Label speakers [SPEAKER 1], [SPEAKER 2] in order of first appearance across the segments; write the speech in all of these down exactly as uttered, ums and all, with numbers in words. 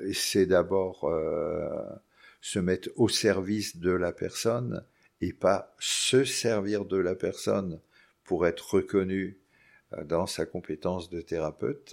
[SPEAKER 1] c'est d'abord euh, se mettre au service de la personne et pas se servir de la personne pour être reconnu dans sa compétence de thérapeute.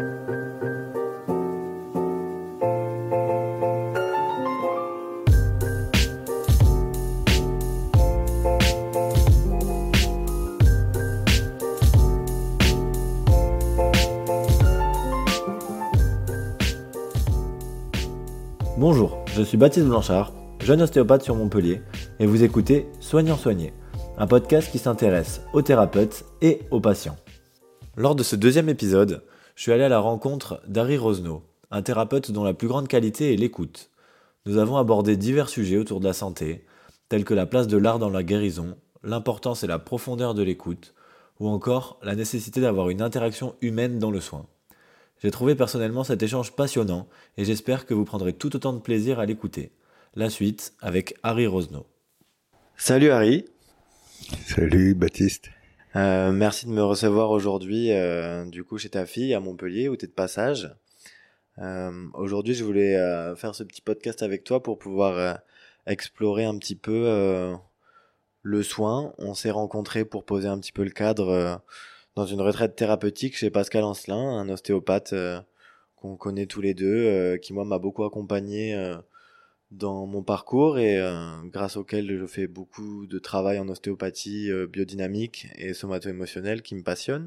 [SPEAKER 2] Bonjour, je suis Baptiste Blanchard, jeune ostéopathe sur Montpellier, et vous écoutez Soignant Soigné, un podcast qui s'intéresse aux thérapeutes et aux patients. Lors de ce deuxième épisode, je suis allé à la rencontre d'Harry Rosno, un thérapeute dont la plus grande qualité est l'écoute. Nous avons abordé divers sujets autour de la santé, tels que la place de l'art dans la guérison, l'importance et la profondeur de l'écoute, ou encore la nécessité d'avoir une interaction humaine dans le soin. J'ai trouvé personnellement cet échange passionnant et j'espère que vous prendrez tout autant de plaisir à l'écouter. La suite avec Harry Rosno. Salut Harry.
[SPEAKER 1] Salut Baptiste.
[SPEAKER 2] Euh, merci de me recevoir aujourd'hui euh, du coup chez ta fille à Montpellier où tu es de passage. Euh, aujourd'hui je voulais euh, faire ce petit podcast avec toi pour pouvoir euh, explorer un petit peu euh, le soin. On s'est rencontrés pour poser un petit peu le cadre euh, dans une retraite thérapeutique chez Pascal Ancelin, un ostéopathe euh, qu'on connaît tous les deux, euh, qui moi m'a beaucoup accompagné euh, dans mon parcours et euh, grâce auquel je fais beaucoup de travail en ostéopathie euh, biodynamique et somato-émotionnelle qui me passionne.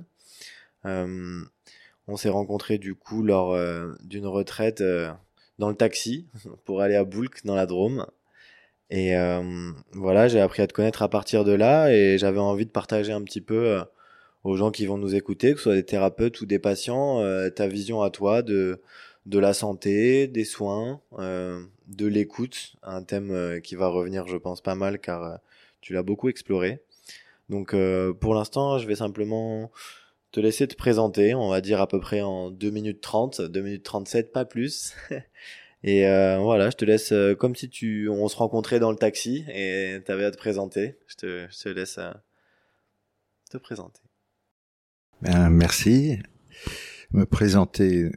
[SPEAKER 2] Euh, on s'est rencontrés du coup lors euh, d'une retraite euh, dans le taxi pour aller à Boulk dans la Drôme. Et euh, voilà, j'ai appris à te connaître à partir de là et j'avais envie de partager un petit peu euh, aux gens qui vont nous écouter, que ce soit des thérapeutes ou des patients, euh, ta vision à toi de, de la santé, des soins, euh, de l'écoute, un thème euh, qui va revenir je pense pas mal car euh, tu l'as beaucoup exploré. Donc euh, pour l'instant je vais simplement te laisser te présenter, on va dire à peu près en deux minutes trente, deux minutes trente-sept, pas plus. Et euh, voilà, je te laisse euh, comme si tu on se rencontrait dans le taxi et t'avais à te présenter. Je te, je te laisse euh, te présenter.
[SPEAKER 1] Ben, merci. Me présenter.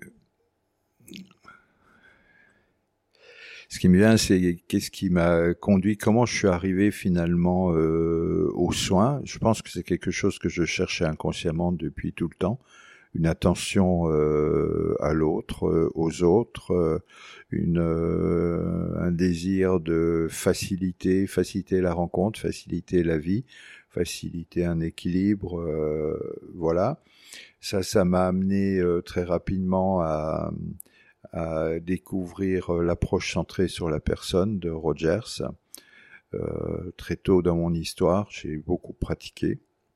[SPEAKER 1] Ce qui me vient, c'est qu'est-ce qui m'a conduit, comment je suis arrivé finalement euh, aux soins. Je pense que c'est quelque chose que je cherchais inconsciemment depuis tout le temps. Une attention euh, à l'autre, euh, aux autres, euh, une, euh, un désir de faciliter, faciliter la rencontre, faciliter la vie, faciliter un équilibre, euh, voilà. Ça, ça m'a amené euh, très rapidement à, à découvrir euh, l'approche centrée sur la personne de Rogers. Euh, très tôt dans mon histoire, j'ai beaucoup pratiqué.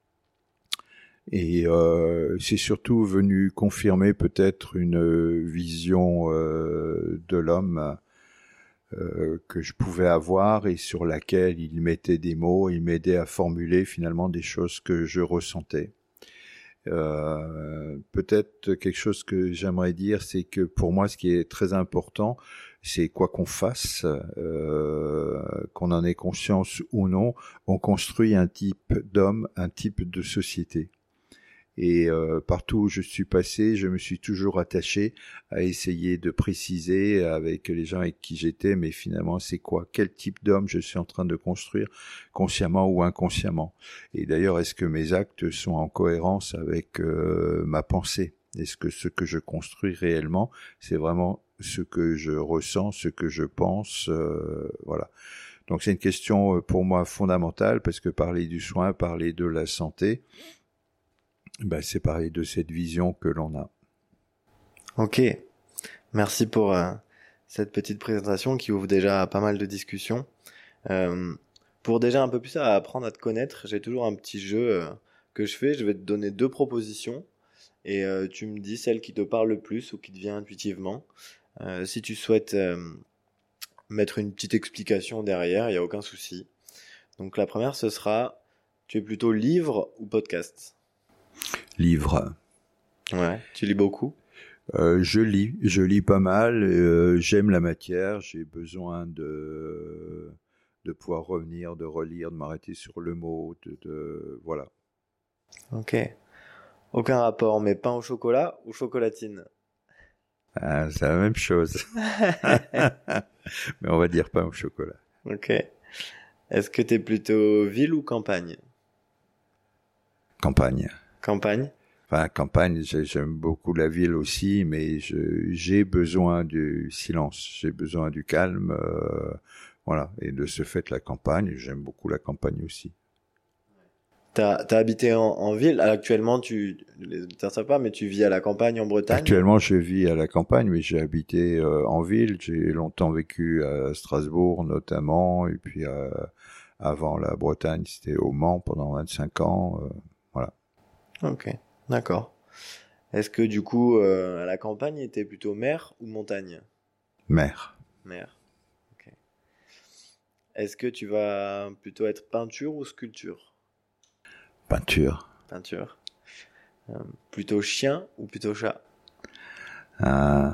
[SPEAKER 1] Et euh, c'est surtout venu confirmer peut-être une vision euh, de l'homme euh, que je pouvais avoir et sur laquelle il mettait des mots, il m'aidait à formuler finalement des choses que je ressentais. Euh, peut-être quelque chose que j'aimerais dire, c'est que pour moi, ce qui est très important, c'est quoi qu'on fasse, euh, qu'on en ait conscience ou non, on construit un type d'homme, un type de société. Et euh, partout où je suis passé, je me suis toujours attaché à essayer de préciser avec les gens avec qui j'étais, mais finalement c'est quoi, quel type d'homme je suis en train de construire, consciemment ou inconsciemment. Et d'ailleurs, est-ce que mes actes sont en cohérence avec euh, ma pensée? Est-ce que ce que je construis réellement, c'est vraiment ce que je ressens, ce que je pense, euh, voilà. Donc c'est une question pour moi fondamentale, parce que parler du soin, parler de la santé, ben, c'est parler de cette vision que l'on a.
[SPEAKER 2] Ok, merci pour euh, cette petite présentation qui ouvre déjà pas mal de discussions. Euh, pour déjà un peu plus à apprendre à te connaître, j'ai toujours un petit jeu euh, que je fais. Je vais te donner deux propositions et euh, tu me dis celle qui te parle le plus ou qui te vient intuitivement. Euh, si tu souhaites euh, mettre une petite explication derrière, il n'y a aucun souci. Donc la première, ce sera, tu es plutôt livre ou podcast ?
[SPEAKER 1] Livre.
[SPEAKER 2] Ouais, tu lis beaucoup ?
[SPEAKER 1] euh, Je lis, je lis pas mal, euh, j'aime la matière, j'ai besoin de, de pouvoir revenir, de relire, de m'arrêter sur le mot, de, de voilà.
[SPEAKER 2] Ok. Aucun rapport, mais pain au chocolat ou chocolatine ?
[SPEAKER 1] Ah, c'est la même chose. Mais on va dire pain au chocolat.
[SPEAKER 2] Ok. Est-ce que t'es plutôt ville ou campagne?
[SPEAKER 1] Campagne.
[SPEAKER 2] Campagne?
[SPEAKER 1] Enfin, campagne, j'aime beaucoup la ville aussi, mais je, j'ai besoin du silence, j'ai besoin du calme, euh, voilà. Et de ce fait, la campagne, j'aime beaucoup la campagne aussi.
[SPEAKER 2] T'as, t'as habité en, en ville. Actuellement, tu, les auditeurs savent pas, mais tu vis à la campagne en Bretagne.
[SPEAKER 1] Actuellement, je vis à la campagne, mais j'ai habité euh, en ville. J'ai longtemps vécu à Strasbourg, notamment, et puis euh, avant la Bretagne, c'était au Mans pendant vingt-cinq ans, euh, voilà.
[SPEAKER 2] Ok, d'accord. Est-ce que du coup, euh, à la campagne, t'es plutôt mer ou montagne?
[SPEAKER 1] Mer.
[SPEAKER 2] Mer. Ok. Est-ce que tu vas plutôt être peinture ou sculpture?
[SPEAKER 1] Peinture.
[SPEAKER 2] Peinture. Euh, plutôt chien ou plutôt chat?
[SPEAKER 1] Euh,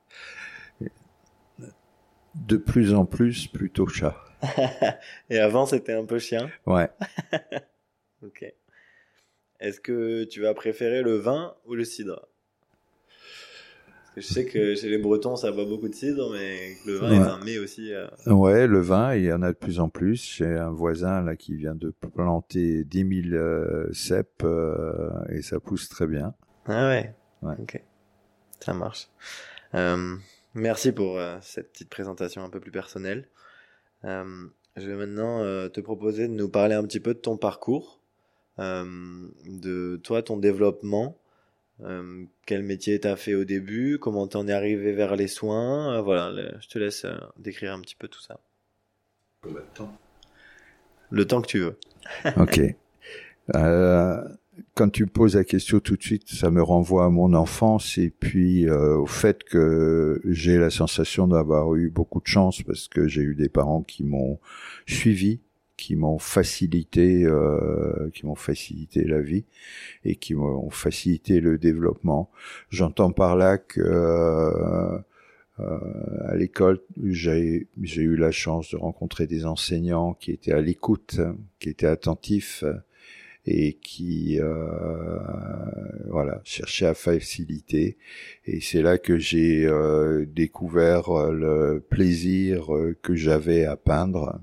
[SPEAKER 1] de plus en plus, plutôt chat.
[SPEAKER 2] Et avant, c'était un peu chien?
[SPEAKER 1] Ouais.
[SPEAKER 2] Ok. Est-ce que tu vas préférer le vin ou le cidre? Parce que je sais que chez les Bretons, ça boit beaucoup de cidre, mais le vin
[SPEAKER 1] Ouais.
[SPEAKER 2] est un mets aussi. Euh...
[SPEAKER 1] Ouais, le vin, il y en a de plus en plus. J'ai un voisin là qui vient de planter dix mille euh, cèpes euh, et ça pousse très bien.
[SPEAKER 2] Ah ouais.
[SPEAKER 1] Ouais.
[SPEAKER 2] Ok. Ça marche. Euh, merci pour euh, cette petite présentation un peu plus personnelle. Euh, je vais maintenant euh, te proposer de nous parler un petit peu de ton parcours, euh, de toi, ton développement. Euh, quel métier t'as fait au début, comment t'en es arrivé vers les soins, euh, voilà, le, je te laisse euh, décrire un petit peu tout ça.
[SPEAKER 1] Combien de temps ?
[SPEAKER 2] Le temps que tu veux.
[SPEAKER 1] Ok. Euh, quand tu me poses la question tout de suite, ça me renvoie à mon enfance et puis euh, au fait que j'ai la sensation d'avoir eu beaucoup de chance parce que j'ai eu des parents qui m'ont suivi, qui m'ont facilité, euh, qui m'ont facilité la vie et qui m'ont facilité le développement. J'entends par là que euh, euh, à l'école, j'ai, j'ai eu la chance de rencontrer des enseignants qui étaient à l'écoute, qui étaient attentifs et qui euh, voilà cherchaient à faciliter. Et c'est là que j'ai euh, découvert le plaisir que j'avais à peindre.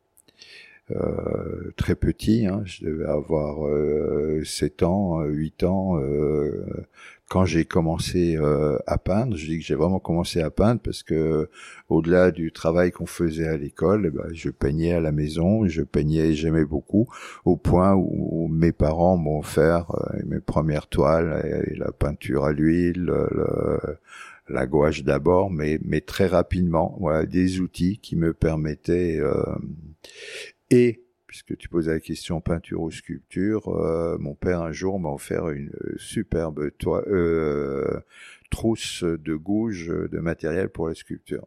[SPEAKER 1] Euh, très petit, hein, je devais avoir euh, sept ans, huit ans, euh, quand j'ai commencé euh, à peindre. Je dis que j'ai vraiment commencé à peindre parce que au-delà du travail qu'on faisait à l'école, eh ben, je peignais à la maison, je peignais, j'aimais beaucoup, au point où mes parents m'ont offert euh, mes premières toiles et, et la peinture à l'huile, le, la gouache d'abord, mais, mais très rapidement, voilà, des outils qui me permettaient euh, et, puisque tu posais la question peinture ou sculpture, euh, mon père un jour m'a offert une superbe toi, euh, trousse de gouges de matériel pour la sculpture.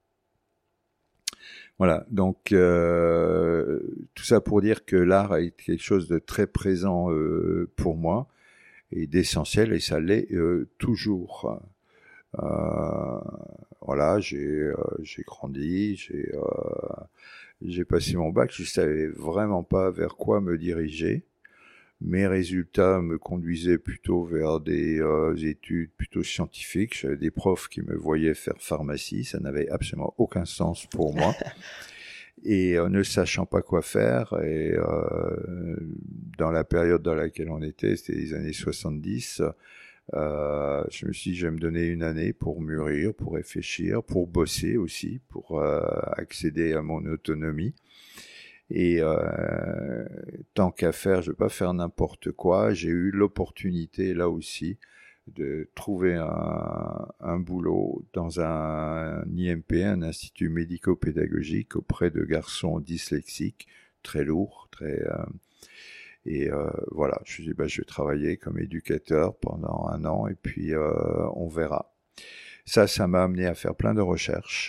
[SPEAKER 1] Voilà, donc euh, tout ça pour dire que l'art a été quelque chose de très présent euh, pour moi et d'essentiel, et ça l'est euh, toujours. Euh, voilà, j'ai, euh, j'ai grandi, j'ai... Euh, J'ai passé mon bac, je savais vraiment pas vers quoi me diriger. Mes résultats me conduisaient plutôt vers des euh, études plutôt scientifiques. J'avais des profs qui me voyaient faire pharmacie, ça n'avait absolument aucun sens pour moi. Et euh, ne sachant pas quoi faire, et euh, dans la période dans laquelle on était, c'était les années soixante-dix, Euh, je me suis dit, je vais me donner une année pour mûrir, pour réfléchir, pour bosser aussi, pour euh, accéder à mon autonomie. Et euh, tant qu'à faire, je ne vais pas faire n'importe quoi. J'ai eu l'opportunité, là aussi, de trouver un, un boulot dans un I M P, un institut médico-pédagogique, auprès de garçons dyslexiques, très lourds, très... Euh, Et euh, voilà, je me suis dit, bah, je vais travailler comme éducateur pendant un an et puis euh, on verra. Ça, ça m'a amené à faire plein de recherches.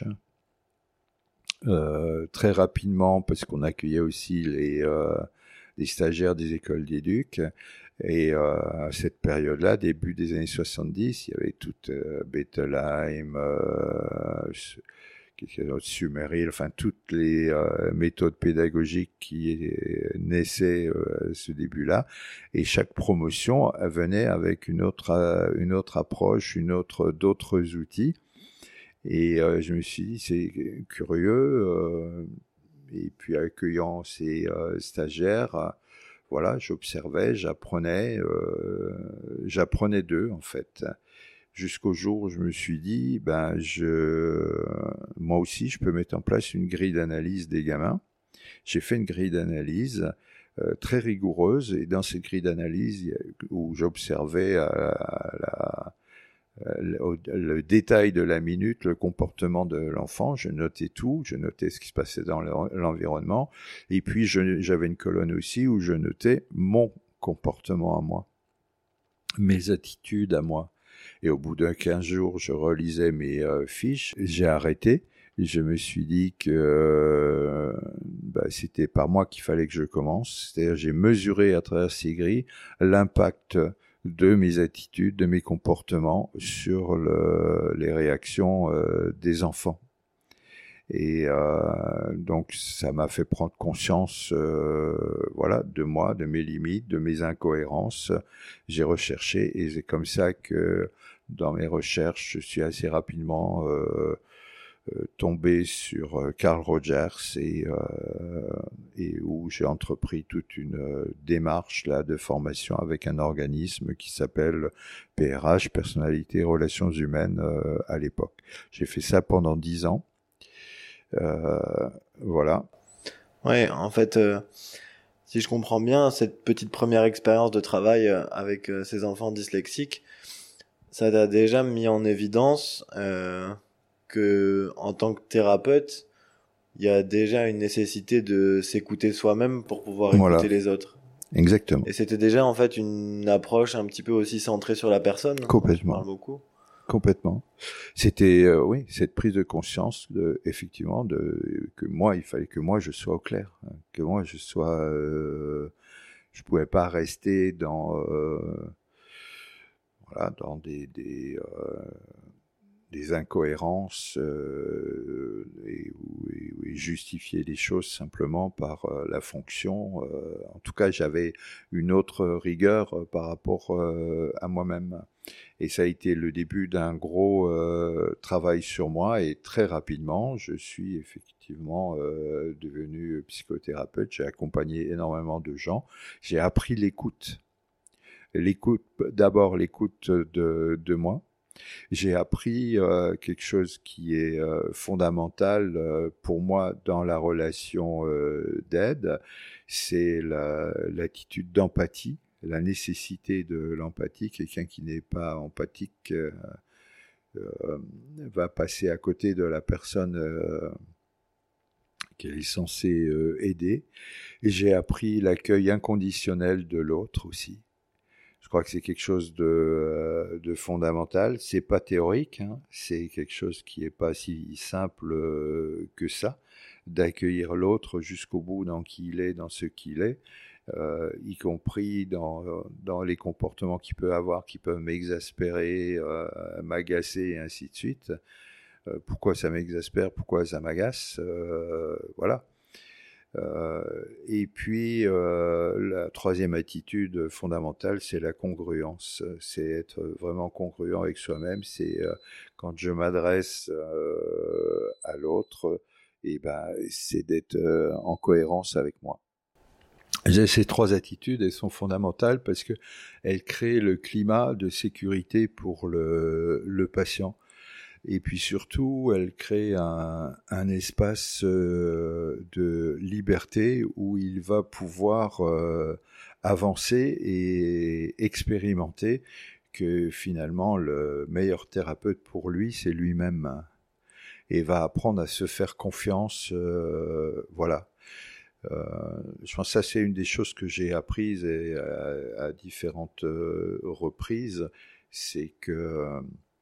[SPEAKER 1] Euh, très rapidement, parce qu'on accueillait aussi les, euh, les stagiaires des écoles d'éduc. Et euh, à cette période-là, début des années soixante-dix, il y avait toute euh, Bettelheim, euh, Summerhill, enfin toutes les euh, méthodes pédagogiques qui naissaient euh, à ce début-là, et chaque promotion venait avec une autre euh, une autre approche, une autre d'autres outils. Et euh, je me suis dit, c'est curieux. Euh, et puis accueillant ces euh, stagiaires, euh, voilà, j'observais, j'apprenais, euh, j'apprenais d'eux en fait. Jusqu'au jour où je me suis dit, ben je, moi aussi, je peux mettre en place une grille d'analyse des gamins. J'ai fait une grille d'analyse euh, très rigoureuse, et dans cette grille d'analyse où j'observais euh, la, le, le détail de la minute, le comportement de l'enfant, je notais tout, je notais ce qui se passait dans l'environnement, et puis je, j'avais une colonne aussi où je notais mon comportement à moi, mes attitudes à moi. Et au bout d'un quinze jours, je relisais mes euh, fiches, j'ai arrêté. Je me suis dit que euh, bah, c'était par moi qu'il fallait que je commence. C'est-à-dire, j'ai mesuré à travers ces grilles l'impact de mes attitudes, de mes comportements sur le, les réactions euh, des enfants. Et euh, donc, ça m'a fait prendre conscience, euh, voilà, de moi, de mes limites, de mes incohérences. J'ai recherché, et c'est comme ça que dans mes recherches, je suis assez rapidement euh, euh, tombé sur euh, Carl Rogers, et, euh, et où j'ai entrepris toute une euh, démarche là de formation avec un organisme qui s'appelle P R H, Personnalité et Relations Humaines, euh, à l'époque. J'ai fait ça pendant dix ans. Euh, voilà.
[SPEAKER 2] Ouais, en fait, euh, si je comprends bien, cette petite première expérience de travail euh, avec euh, ces enfants dyslexiques, ça t'a déjà mis en évidence euh, que, en tant que thérapeute, il y a déjà une nécessité de s'écouter soi-même pour pouvoir
[SPEAKER 1] Voilà.
[SPEAKER 2] écouter les autres.
[SPEAKER 1] Exactement.
[SPEAKER 2] Et c'était déjà en fait une approche un petit peu aussi centrée sur la personne.
[SPEAKER 1] Complètement.
[SPEAKER 2] On parle beaucoup.
[SPEAKER 1] Complètement. C'était euh, oui, cette prise de conscience de, effectivement, de que moi, il fallait que moi je sois au clair, hein, que moi je sois, euh, je pouvais pas rester dans euh, voilà, dans des des, euh, des incohérences euh, et, et, et justifier les choses simplement par euh, la fonction. Euh, en tout cas, j'avais une autre rigueur euh, par rapport euh, à moi-même. Et ça a été le début d'un gros euh, travail sur moi, et très rapidement, je suis effectivement euh, devenu psychothérapeute. J'ai accompagné énormément de gens. J'ai appris l'écoute. L'écoute, d'abord l'écoute de, de moi. J'ai appris euh, quelque chose qui est euh, fondamental euh, pour moi dans la relation euh, d'aide, c'est la, l'attitude d'empathie, la nécessité de l'empathie. Quelqu'un qui n'est pas empathique euh, euh, va passer à côté de la personne euh, qu'elle est censée euh, aider. Et j'ai appris l'accueil inconditionnel de l'autre aussi. Je crois que c'est quelque chose de, euh, de fondamental. C'est pas théorique, hein. C'est quelque chose qui est pas si simple euh, que ça, d'accueillir l'autre jusqu'au bout dans qui il est, dans ce qu'il est, euh, y compris dans, dans les comportements qu'il peut avoir, qui peuvent m'exaspérer, euh, m'agacer et ainsi de suite. Euh, pourquoi ça m'exaspère, pourquoi ça m'agace, euh, voilà. Euh, et puis, euh, la troisième attitude fondamentale, c'est la congruence. C'est être vraiment congruent avec soi-même. C'est euh, quand je m'adresse euh, à l'autre, et ben, c'est d'être euh, en cohérence avec moi. Ces trois attitudes, elles sont fondamentales parce que elles créent le climat de sécurité pour le, le patient. Et puis surtout, elle crée un, un espace euh, de liberté où il va pouvoir euh, avancer et expérimenter que finalement le meilleur thérapeute pour lui, c'est lui-même. Et va apprendre à se faire confiance, euh, voilà. Euh, je pense que ça, c'est une des choses que j'ai apprises et à, à différentes euh, reprises, c'est que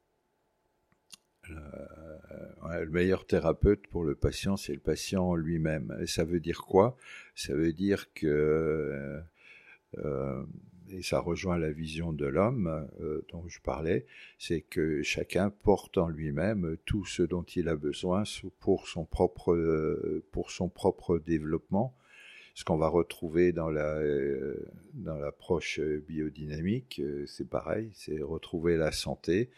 [SPEAKER 1] Le, ouais, le meilleur thérapeute pour le patient, c'est le patient lui-même. Et ça veut dire quoi? Ça veut dire que, euh, et ça rejoint la vision de l'homme euh, dont je parlais, c'est que chacun porte en lui-même tout ce dont il a besoin pour son propre, euh, pour son propre développement. Ce qu'on va retrouver dans la, euh, dans l'approche biodynamique, euh, c'est pareil, c'est retrouver la santé,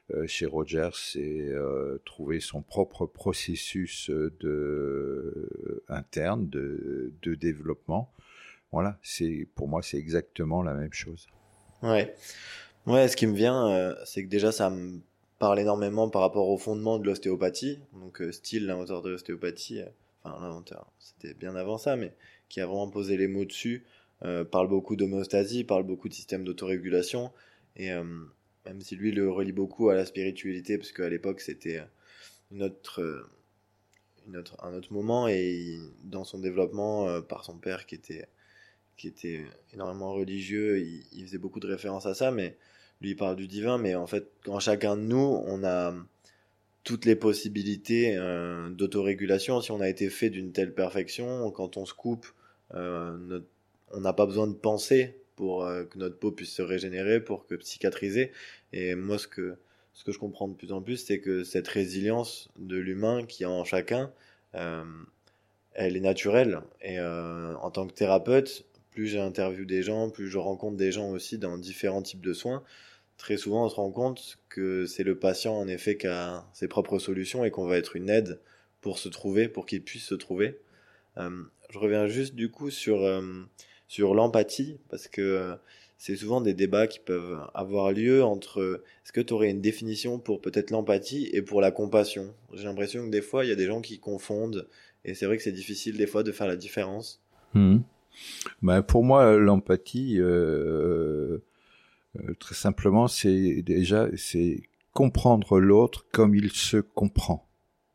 [SPEAKER 1] euh, chez Rogers, c'est euh, trouver son propre processus de interne de, de développement. Voilà, c'est pour moi c'est exactement la même chose.
[SPEAKER 2] Ouais, ouais. Ce qui me vient, euh, c'est que déjà ça me parle énormément par rapport au fondement de l'ostéopathie. Donc euh, Steele, l'inventeur de l'ostéopathie, euh, enfin l'inventeur, c'était bien avant ça, mais qui a vraiment posé les mots dessus. Euh, parle beaucoup d'homéostasie, parle beaucoup de système d'autorégulation, et euh, même si lui le relie beaucoup à la spiritualité, parce qu'à l'époque c'était une autre, euh, une autre, un autre moment, et il- dans son développement euh, par son père qui était, qui était énormément religieux, il, il faisait beaucoup de références à ça, mais lui il parle du divin, mais en fait, en chacun de nous, on a toutes les possibilités euh, d'autorégulation. Si on a été fait d'une telle perfection, quand on se coupe, euh, notre- on n'a pas besoin de penser pour euh, que notre peau puisse se régénérer, pour que cicatriser. Et moi, ce que, ce que je comprends de plus en plus, c'est que cette résilience de l'humain qui est en chacun, euh, elle est naturelle. Et euh, en tant que thérapeute, plus j'interviewe des gens, plus je rencontre des gens aussi dans différents types de soins, très souvent on se rend compte que c'est le patient en effet qui a ses propres solutions et qu'on va être une aide pour se trouver, pour qu'il puisse se trouver. Euh, je reviens juste du coup sur, euh, sur l'empathie, parce que euh, c'est souvent des débats qui peuvent avoir lieu entre est-ce que tu aurais une définition pour peut-être l'empathie et pour la compassion. J'ai l'impression que des fois il y a des gens qui confondent, et c'est vrai que c'est difficile des fois de faire la différence.
[SPEAKER 1] Mmh. Ben, pour moi, l'empathie, euh, euh, très simplement, c'est déjà c'est comprendre l'autre comme il se comprend.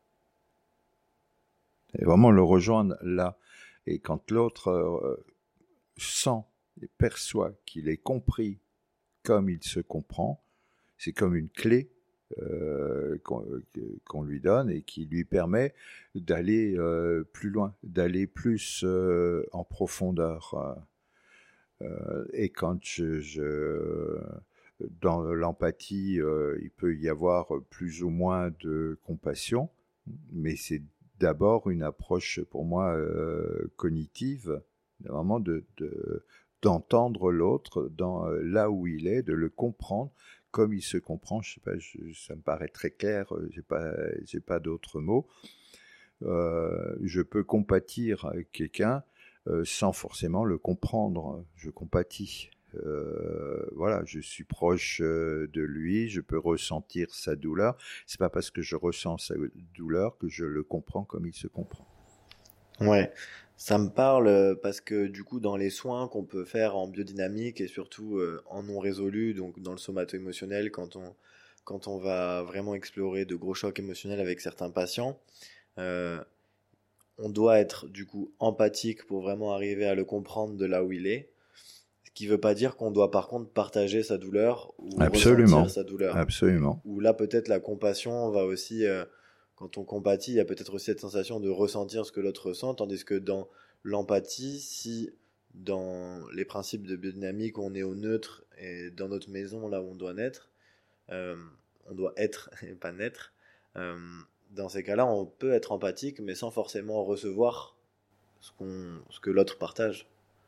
[SPEAKER 1] Et vraiment le rejoindre là. Et quand l'autre euh, sent et perçoit qu'il est compris comme il se comprend, c'est comme une clé euh, qu'on, qu'on lui donne et qui lui permet d'aller euh, plus loin, d'aller plus euh, en profondeur. Euh, et quand je, je dans l'empathie, euh, il peut y avoir plus ou moins de compassion, mais c'est d'abord une approche pour moi euh, cognitive, vraiment de, de d'entendre l'autre dans là où il est, de le comprendre comme il se comprend. Je sais pas, je, ça me paraît très clair. J'ai pas, j'ai pas d'autres mots. Euh, je peux compatir avec quelqu'un euh, sans forcément le comprendre. Je compatis. Euh, voilà, je suis proche euh, de lui, je peux ressentir sa douleur. C'est pas parce que je ressens sa douleur que je le comprends comme il se comprend.
[SPEAKER 2] Ouais, ça me parle parce que du coup dans les soins qu'on peut faire en biodynamique et surtout euh, en non résolu, donc dans le somato-émotionnel, quand on, quand on va vraiment explorer de gros chocs émotionnels avec certains patients, euh, on doit être du coup empathique pour vraiment arriver à le comprendre de là où il est, ce qui veut pas dire qu'on doit par contre partager sa douleur ou ressentir
[SPEAKER 1] Absolument,
[SPEAKER 2] sa douleur.
[SPEAKER 1] absolument.
[SPEAKER 2] Ou là peut-être la compassion va aussi, euh, quand on compatit, il y a peut-être aussi cette sensation de ressentir ce que l'autre ressent, tandis que dans l'empathie, si dans les principes de biodynamique on est au neutre et dans notre maison là où on doit naître, euh, on doit être et pas naître, euh, dans ces cas-là on peut être empathique mais sans forcément recevoir ce, qu'on, ce que l'autre partage.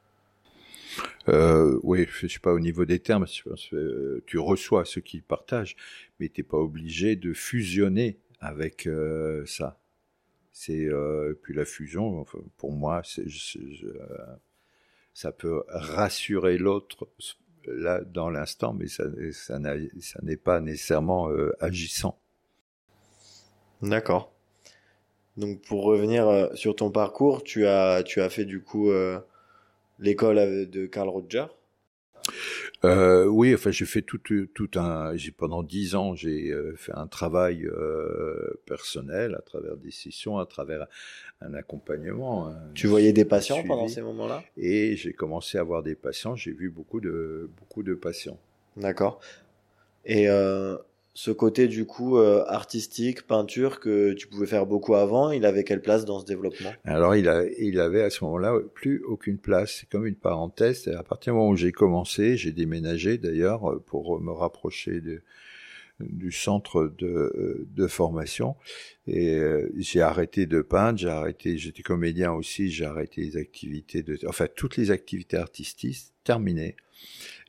[SPEAKER 1] Euh, oui, je sais pas au niveau des termes, je pense, euh, tu reçois ce qu'ils partagent, mais t'es pas obligé de fusionner avec euh, ça. C'est euh, puis la fusion, enfin, pour moi, c'est, je, je, ça peut rassurer l'autre là dans l'instant, mais ça, ça, n'a, ça n'est pas nécessairement euh, agissant.
[SPEAKER 2] D'accord. Donc pour revenir euh, sur ton parcours, tu as, tu as fait du coup euh, l'école avec- de Carl Roger.
[SPEAKER 1] Euh, oui, enfin, j'ai fait tout, tout un, j'ai pendant dix ans, j'ai euh, fait un travail euh, personnel à travers des sessions, à travers un accompagnement, un,
[SPEAKER 2] Tu voyais des
[SPEAKER 1] un
[SPEAKER 2] patients pendant
[SPEAKER 1] suivi,
[SPEAKER 2] ces moments-là?
[SPEAKER 1] et j'ai commencé à avoir des patients. J'ai vu beaucoup de beaucoup de patients.
[SPEAKER 2] D'accord. Et euh, ce côté du coup euh, artistique, peinture que tu pouvais faire beaucoup avant, il avait quelle place dans ce développement?
[SPEAKER 1] Alors, il a, il avait à ce moment-là plus aucune place. C'est comme une parenthèse. À partir du moment où j'ai commencé, j'ai déménagé d'ailleurs pour me rapprocher de du centre de, de formation, et euh, j'ai arrêté de peindre, j'ai arrêté, j'étais comédien aussi, j'ai arrêté les activités de, enfin toutes les activités artistiques terminées,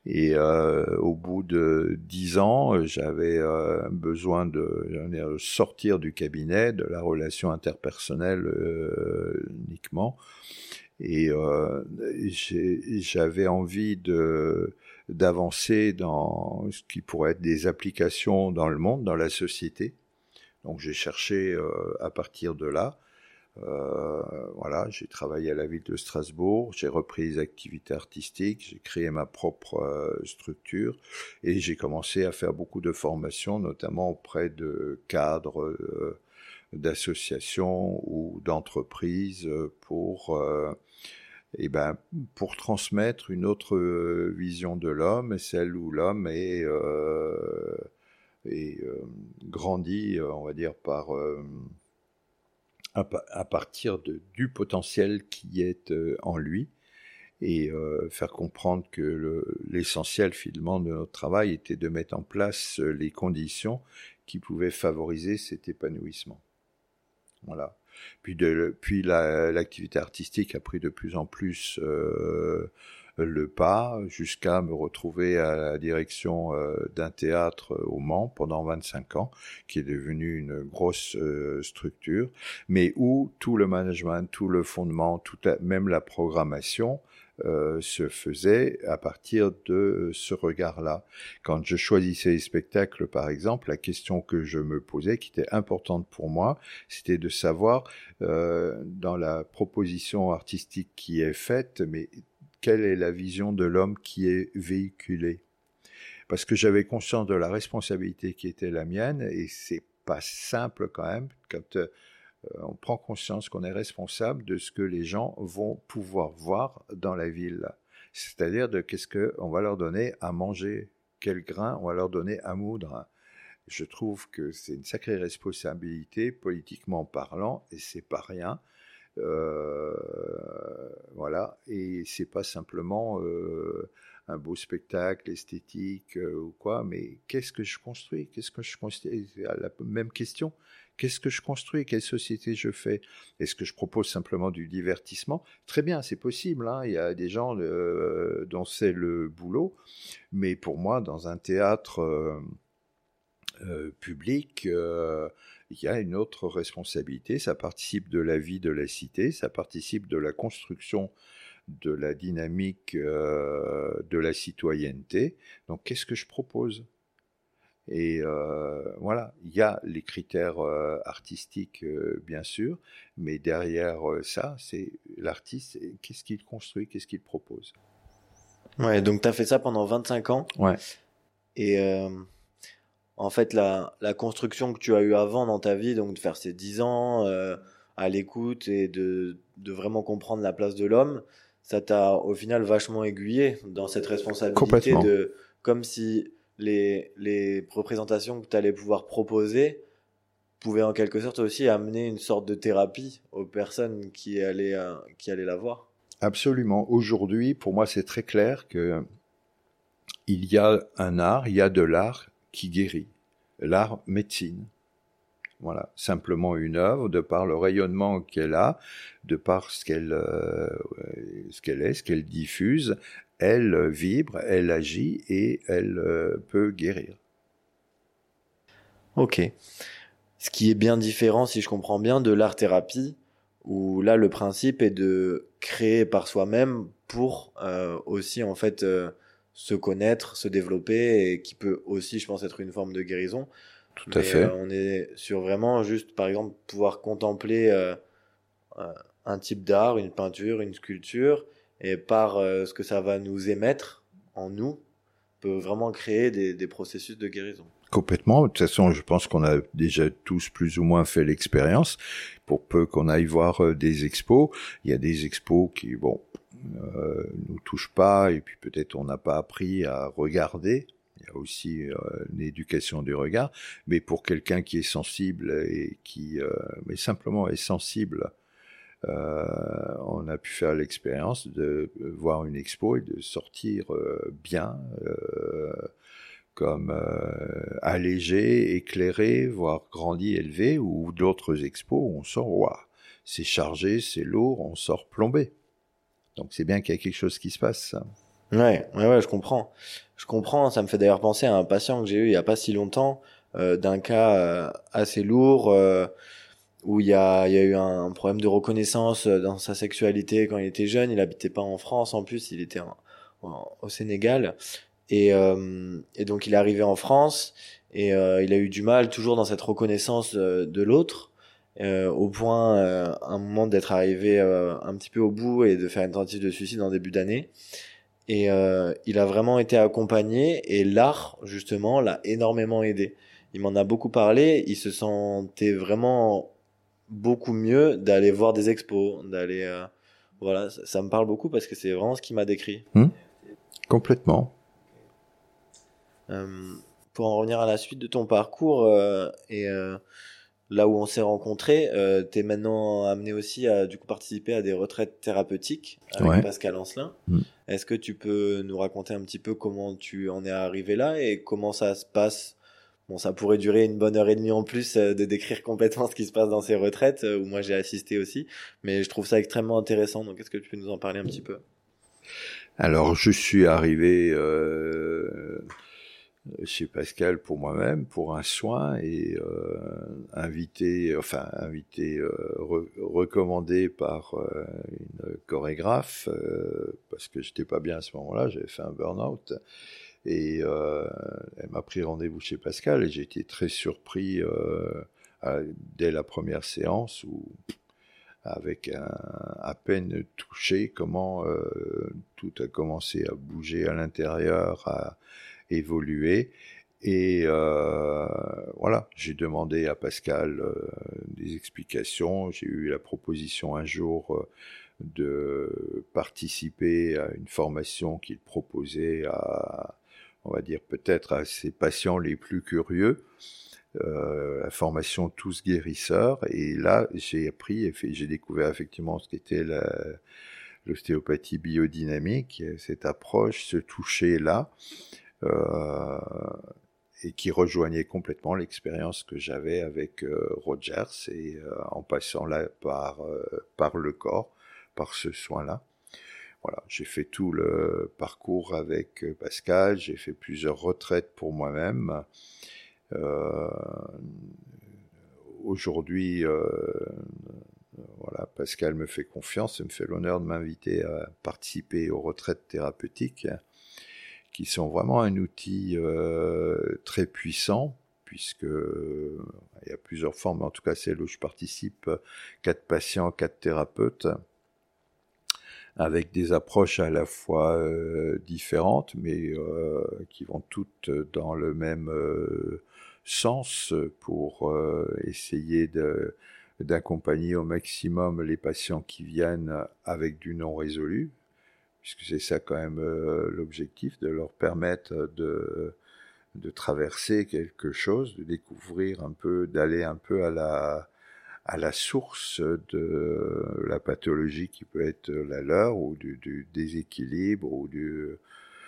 [SPEAKER 1] Et euh, au bout de dix ans, j'avais euh, besoin de, de sortir du cabinet, de la relation interpersonnelle euh, uniquement. Et euh, j'ai, j'avais envie de d'avancer dans ce qui pourrait être des applications dans le monde, dans la société. Donc j'ai cherché euh, à partir de là. Euh, voilà, j'ai travaillé à la ville de Strasbourg, j'ai repris les activités artistiques, j'ai créé ma propre euh, structure et j'ai commencé à faire beaucoup de formations, notamment auprès de cadres euh, d'associations ou d'entreprises pour euh, et ben, pour transmettre une autre vision de l'homme, celle où l'homme est, euh, est euh, grandi, on va dire, par, euh, à, à partir de, du potentiel qui est euh, en lui, et euh, faire comprendre que le, l'essentiel finalement de notre travail était de mettre en place les conditions qui pouvaient favoriser cet épanouissement. Voilà. Puis, de, puis la, l'activité artistique a pris de plus en plus euh, le pas, jusqu'à me retrouver à la direction euh, d'un théâtre au Mans pendant vingt-cinq ans, qui est devenu une grosse euh, structure, mais où tout le management, tout le fondement, tout la, même la programmation Euh, se faisait à partir de ce regard-là. Quand je choisissais les spectacles, par exemple, la question que je me posais, qui était importante pour moi, c'était de savoir, euh, dans la proposition artistique qui est faite, mais quelle est la vision de l'homme qui est véhiculée. Parce que j'avais conscience de la responsabilité qui était la mienne, et c'est pas simple quand même, quand euh, on prend conscience qu'on est responsable de ce que les gens vont pouvoir voir dans la ville. C'est-à-dire de qu'est-ce qu'on va leur donner à manger, quel grain on va leur donner à moudre. Je trouve que c'est une sacrée responsabilité, politiquement parlant, et c'est pas rien. Euh, voilà, et c'est pas simplement euh, un beau spectacle esthétique euh, ou quoi, mais qu'est-ce que je construis, qu'est-ce que je construis, la même question. Qu'est-ce que je construis? Quelle société je fais? Est-ce que je propose simplement du divertissement? Très bien, c'est possible. Hein. Il y a des gens euh, dont c'est le boulot. Mais pour moi, dans un théâtre euh, euh, public, euh, il y a une autre responsabilité. Ça participe de la vie de la cité, ça participe de la construction de la dynamique euh, de la citoyenneté. Donc, qu'est-ce que je propose? Et euh, voilà, il y a les critères euh, artistiques, euh, bien sûr, mais derrière euh, ça, c'est l'artiste, qu'est-ce qu'il construit, qu'est-ce qu'il propose.
[SPEAKER 2] Ouais, donc tu as fait ça pendant vingt-cinq ans.
[SPEAKER 1] Ouais.
[SPEAKER 2] Et euh, en fait, la, la construction que tu as eue avant dans ta vie, donc de faire ces dix ans euh, à l'écoute et de, de vraiment comprendre la place de l'homme, ça t'a au final vachement aiguillé dans cette responsabilité de, comme si les, les représentations que tu allais pouvoir proposer pouvaient en quelque sorte aussi amener une sorte de thérapie aux personnes qui allaient, euh, qui allaient la voir.
[SPEAKER 1] Absolument. Aujourd'hui, pour moi, c'est très clair que il y a un art, il y a de l'art qui guérit. L'art médecine. Voilà, simplement une œuvre, de par le rayonnement qu'elle a, de par ce qu'elle, euh, ce qu'elle est, ce qu'elle diffuse, elle vibre, elle agit et elle euh, peut guérir.
[SPEAKER 2] Ok. Ce qui est bien différent, si je comprends bien, de l'art-thérapie, où là, le principe est de créer par soi-même pour euh, aussi, en fait, euh, se connaître, se développer, et qui peut aussi, je pense, être une forme de guérison.
[SPEAKER 1] Tout
[SPEAKER 2] Mais,
[SPEAKER 1] à fait.
[SPEAKER 2] Euh, on est sur vraiment juste, par exemple, pouvoir contempler euh, un type d'art, une peinture, une sculpture, et par euh, ce que ça va nous émettre en nous, peut vraiment créer des, des processus de guérison.
[SPEAKER 1] Complètement. De toute façon, je pense qu'on a déjà tous plus ou moins fait l'expérience. Pour peu qu'on aille voir euh, des expos, il y a des expos qui, bon, euh, nous touchent pas, et puis peut-être on n'a pas appris à regarder. Il y a aussi euh, une éducation du regard. Mais pour quelqu'un qui est sensible et qui, euh, mais simplement est sensible, euh, on a pu faire l'expérience de voir une expo et de sortir euh, bien. Euh, comme euh, allégé, éclairé, voire grandi, élevé, ou d'autres expos où on sort, waouh, c'est chargé, c'est lourd, on sort plombé. Donc c'est bien qu'il y a quelque chose qui se passe. Ça.
[SPEAKER 2] Ouais, ouais, ouais, je comprends. Je comprends. Ça me fait d'ailleurs penser à un patient que j'ai eu il y a pas si longtemps, euh, d'un cas euh, assez lourd, euh, où il y a, il y a eu un, un problème de reconnaissance euh, dans sa sexualité quand il était jeune. Il habitait pas en France, en plus, il était en- en- au Sénégal. Et, euh, et donc il est arrivé en France et euh, il a eu du mal toujours dans cette reconnaissance euh, de l'autre, euh, au point euh, à un moment d'être arrivé euh, un petit peu au bout et de faire une tentative de suicide en début d'année. Et euh, il a vraiment été accompagné et l'art justement l'a énormément aidé. Il m'en a beaucoup parlé, il se sentait vraiment beaucoup mieux d'aller voir des expos, d'aller euh, voilà, ça, ça me parle beaucoup parce que c'est vraiment ce qu'il m'a décrit.
[SPEAKER 1] Hmm, complètement.
[SPEAKER 2] Euh, pour en revenir à la suite de ton parcours euh, et euh, là où on s'est rencontrés, euh, t'es maintenant amené aussi à du coup participer à des retraites thérapeutiques avec
[SPEAKER 1] Ouais.
[SPEAKER 2] Pascal Ancelin.
[SPEAKER 1] Hmm.
[SPEAKER 2] Est-ce que tu peux nous raconter un petit peu comment tu en es arrivé là et comment ça se passe? Bon, ça pourrait durer une bonne heure et demie en plus euh, de décrire complètement ce qui se passe dans ces retraites euh, où moi j'ai assisté aussi, mais je trouve ça extrêmement intéressant. Donc, est-ce que tu peux nous en parler un petit peu?
[SPEAKER 1] Alors, je suis arrivé euh, chez Pascal pour moi-même, pour un soin, et euh, invité, enfin invité, euh, re- recommandé par euh, une chorégraphe, euh, parce que j'étais pas bien à ce moment-là, j'avais fait un burn-out, et euh, elle m'a pris rendez-vous chez Pascal, et j'ai été très surpris euh, à, dès la première séance, où avec un, à peine touché, comment euh, tout a commencé à bouger à l'intérieur, à évoluer. Et euh, voilà, j'ai demandé à Pascal euh, des explications. J'ai eu la proposition un jour euh, de participer à une formation qu'il proposait à, on va dire peut-être à ses patients les plus curieux. Euh, la formation Tous Guérisseurs, et là j'ai appris et fait, j'ai découvert effectivement ce qu'était la, l'ostéopathie biodynamique, cette approche, ce toucher là, euh, et qui rejoignait complètement l'expérience que j'avais avec euh, Rogers, et euh, en passant là par, euh, par le corps, par ce soin-là. Voilà, j'ai fait tout le parcours avec Pascal, j'ai fait plusieurs retraites pour moi-même. Euh, aujourd'hui, euh, voilà, Pascal me fait confiance et me fait l'honneur de m'inviter à participer aux retraites thérapeutiques, qui sont vraiment un outil euh, très puissant, puisque euh, il y a plusieurs formes, en tout cas celle où je participe, quatre patients, quatre thérapeutes, avec des approches à la fois euh, différentes, mais euh, qui vont toutes dans le même euh, sens pour euh, essayer de, d'accompagner au maximum les patients qui viennent avec du non résolu, puisque c'est ça quand même euh, l'objectif, de leur permettre de, de traverser quelque chose, de découvrir un peu, d'aller un peu à la à la source de la pathologie qui peut être la leur, ou du, du déséquilibre, ou du,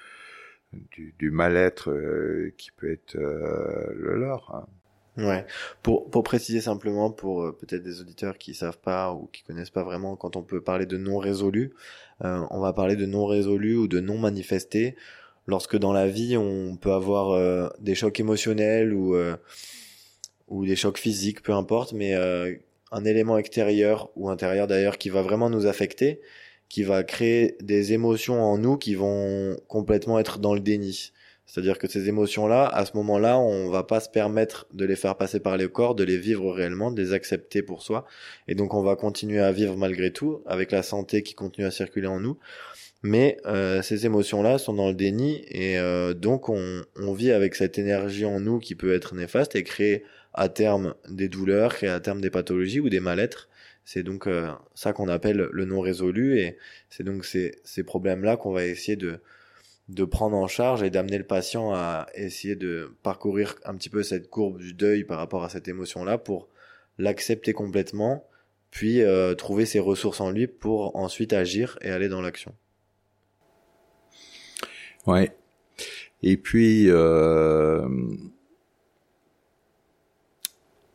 [SPEAKER 1] du, du mal-être euh, qui peut être euh, le leur. Hein.
[SPEAKER 2] Ouais. Pour, pour préciser simplement, pour euh, peut-être des auditeurs qui savent pas ou qui connaissent pas vraiment, quand on peut parler de non résolu, euh, on va parler de non résolu ou de non manifesté lorsque dans la vie on peut avoir euh, des chocs émotionnels ou euh, ou des chocs physiques, peu importe, mais euh, un élément extérieur ou intérieur d'ailleurs qui va vraiment nous affecter, qui va créer des émotions en nous qui vont complètement être dans le déni. C'est-à-dire que ces émotions-là, à ce moment-là, on va pas se permettre de les faire passer par le corps, de les vivre réellement, de les accepter pour soi. Et donc on va continuer à vivre malgré tout, avec la santé qui continue à circuler en nous. Mais euh, ces émotions-là sont dans le déni et euh, donc on, on vit avec cette énergie en nous qui peut être néfaste et créer à terme des douleurs, créer à terme des pathologies ou des mal-être. C'est donc euh, ça qu'on appelle le non résolu et c'est donc ces, ces problèmes-là qu'on va essayer de, de prendre en charge et d'amener le patient à essayer de parcourir un petit peu cette courbe du deuil par rapport à cette émotion-là pour l'accepter complètement, puis euh, trouver ses ressources en lui pour ensuite agir et aller dans l'action.
[SPEAKER 1] Ouais. Et puis, euh,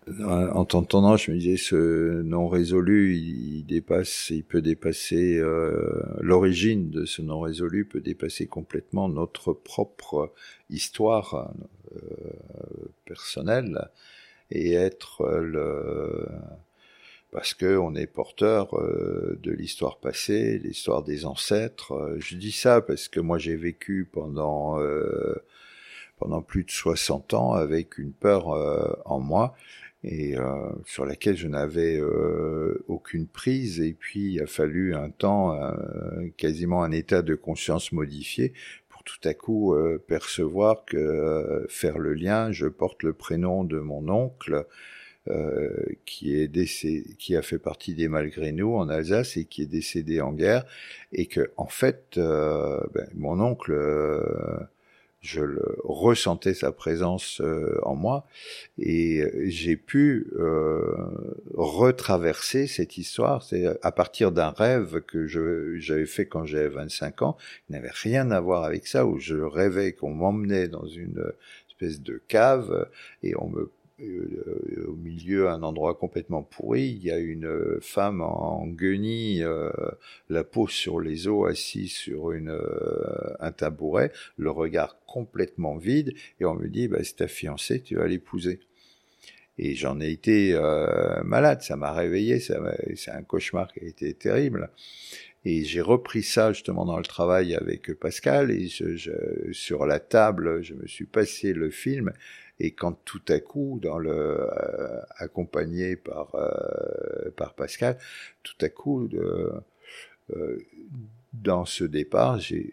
[SPEAKER 1] En t'entendant, je me disais, ce non résolu, il, il dépasse, il peut dépasser euh, l'origine de ce non résolu peut dépasser complètement notre propre histoire euh, personnelle et être le parce que on est porteur euh, de l'histoire passée, l'histoire des ancêtres. Je dis ça parce que moi j'ai vécu pendant euh, pendant plus de soixante ans avec une peur euh, en moi et euh, sur laquelle je n'avais euh, aucune prise. Et puis il a fallu un temps, euh, quasiment un état de conscience modifié, pour tout à coup euh, percevoir que euh, faire le lien, je porte le prénom de mon oncle, euh, qui est décédé, qui a fait partie des Malgré Nous en Alsace et qui est décédé en guerre, et que en fait, euh, ben, mon oncle euh, je le ressentais sa présence euh, en moi et j'ai pu euh, retraverser cette histoire. C'est à partir d'un rêve que je, j'avais fait quand j'avais vingt-cinq ans, il n'avait rien à voir avec ça, où je rêvais qu'on m'emmenait dans une espèce de cave et on me Euh, au milieu, un endroit complètement pourri, il y a une femme en guenille, euh, la peau sur les os, assise sur une, euh, un tabouret, le regard complètement vide, et on me dit, bah, c'est ta fiancée, tu vas l'épouser. Et j'en ai été euh, malade, ça m'a réveillé, ça m'a, c'est un cauchemar qui a été terrible. Et j'ai repris ça justement dans le travail avec Pascal, et je, je, sur la table, je me suis passé le film. Et quand tout à coup, dans le euh, accompagné par euh, par Pascal, tout à coup, de, euh, dans ce départ, j'ai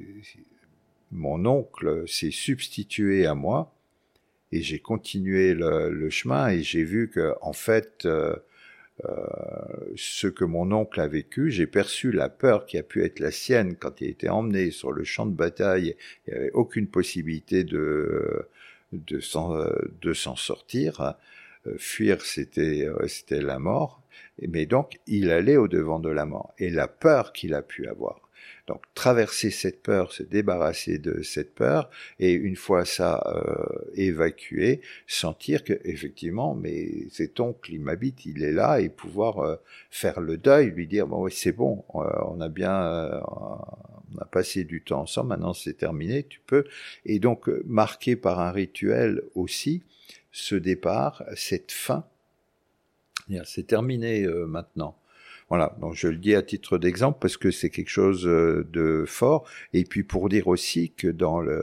[SPEAKER 1] mon oncle s'est substitué à moi et j'ai continué le, le chemin et j'ai vu que en fait, euh, euh, ce que mon oncle a vécu, j'ai perçu la peur qui a pu être la sienne quand il était emmené sur le champ de bataille. Il n'y avait aucune possibilité de de s'en, de s'en sortir. Euh, fuir, c'était, euh, c'était la mort. Mais donc, il allait au-devant de la mort. Et la peur qu'il a pu avoir. Donc, traverser cette peur, se débarrasser de cette peur, et une fois ça euh, évacué, sentir que effectivement, mais cet oncle, il m'habite, il est là, et pouvoir euh, faire le deuil, lui dire, bon, oui, c'est bon, euh, on a bien... Euh, on a passé du temps ensemble, maintenant c'est terminé, tu peux. Et donc, marqué par un rituel aussi, ce départ, cette fin, c'est terminé euh, maintenant. Voilà, donc je le dis à titre d'exemple parce que c'est quelque chose de fort. Et puis pour dire aussi que dans le...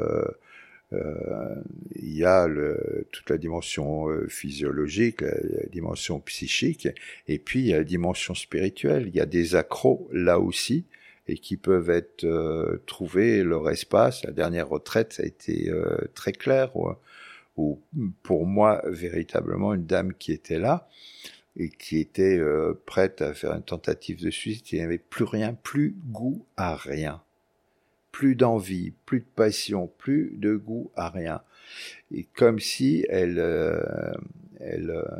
[SPEAKER 1] Euh, il y a le, toute la dimension euh, physiologique, la, la dimension psychique, et puis il y a la dimension spirituelle. Il y a des accros là aussi, et qui peuvent être euh, trouver leur espace. La dernière retraite, ça a été euh, très clair, où, où pour moi, véritablement, une dame qui était là, et qui était euh, prête à faire une tentative de suicide, il n'y avait plus rien, plus goût à rien. Plus d'envie, plus de passion, plus de goût à rien. Et comme si elle, euh, elle, euh,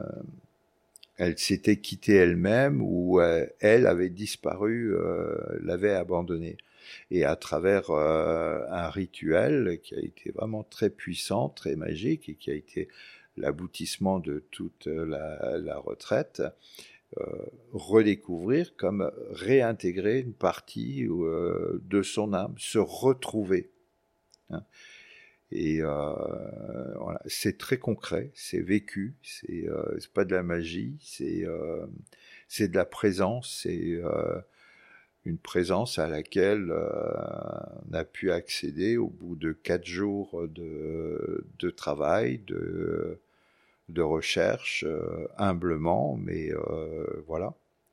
[SPEAKER 1] elle s'était quittée elle-même ou euh, elle avait disparu, euh, l'avait abandonnée. Et à travers euh, un rituel qui a été vraiment très puissant, très magique et qui a été l'aboutissement de toute la, la retraite, Euh, redécouvrir comme réintégrer une partie euh, de son âme, se retrouver. Hein. Et euh, voilà, c'est très concret, c'est vécu, c'est euh, c'est pas de la magie, c'est euh, c'est de la présence, c'est euh, une présence à laquelle euh, on a pu accéder au bout de quatre jours de de travail, de de recherche, euh, humblement, mais euh, voilà,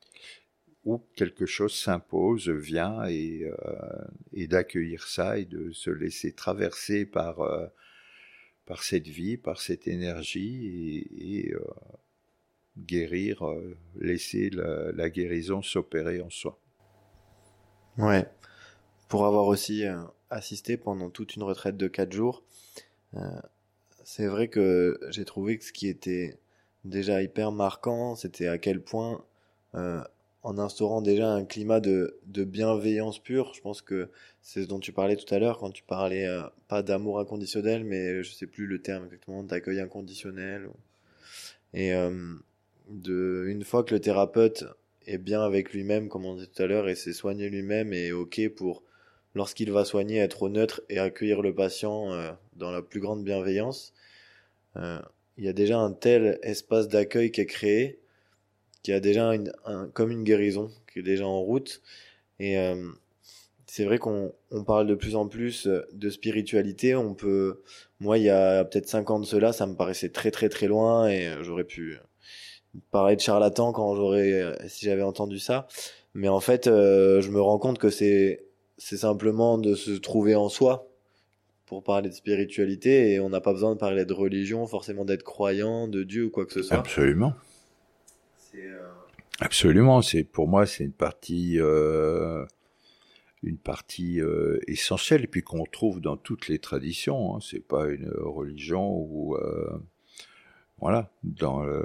[SPEAKER 1] où quelque chose s'impose, vient, et, euh, et d'accueillir ça et de se laisser traverser par, euh, par cette vie, par cette énergie, et, et euh, guérir, euh, laisser la, la guérison s'opérer en soi.
[SPEAKER 2] Ouais, pour avoir aussi euh, assisté pendant toute une retraite de quatre jours, euh, c'est vrai que j'ai trouvé que ce qui était déjà hyper marquant, c'était à quel point, euh, en instaurant déjà un climat de, de bienveillance pure, je pense que c'est ce dont tu parlais tout à l'heure quand tu parlais, euh, pas d'amour inconditionnel, mais je sais plus le terme exactement, d'accueil inconditionnel. Et euh, de, une fois que le thérapeute est bien avec lui-même, comme on disait tout à l'heure, et s'est soigné lui-même et est OK pour, lorsqu'il va soigner, être au neutre et accueillir le patient euh, dans la plus grande bienveillance, euh, il y a déjà un tel espace d'accueil qui est créé, qui a déjà une, un, comme une guérison, qui est déjà en route. Et euh, c'est vrai qu'on on parle de plus en plus de spiritualité. On peut, moi, il y a peut-être cinq ans de cela, ça me paraissait très très très loin et j'aurais pu parler de charlatan quand j'aurais, si j'avais entendu ça. Mais en fait, euh, je me rends compte que c'est c'est simplement de se trouver en soi pour parler de spiritualité et on n'a pas besoin de parler de religion, forcément d'être croyant, de Dieu ou quoi que ce soit.
[SPEAKER 1] Absolument.
[SPEAKER 2] C'est, euh...
[SPEAKER 1] Absolument. C'est, pour moi, c'est une partie, euh, une partie euh, essentielle et puis qu'on trouve dans toutes les traditions. Hein. C'est pas une religion ou euh, voilà. Dans le...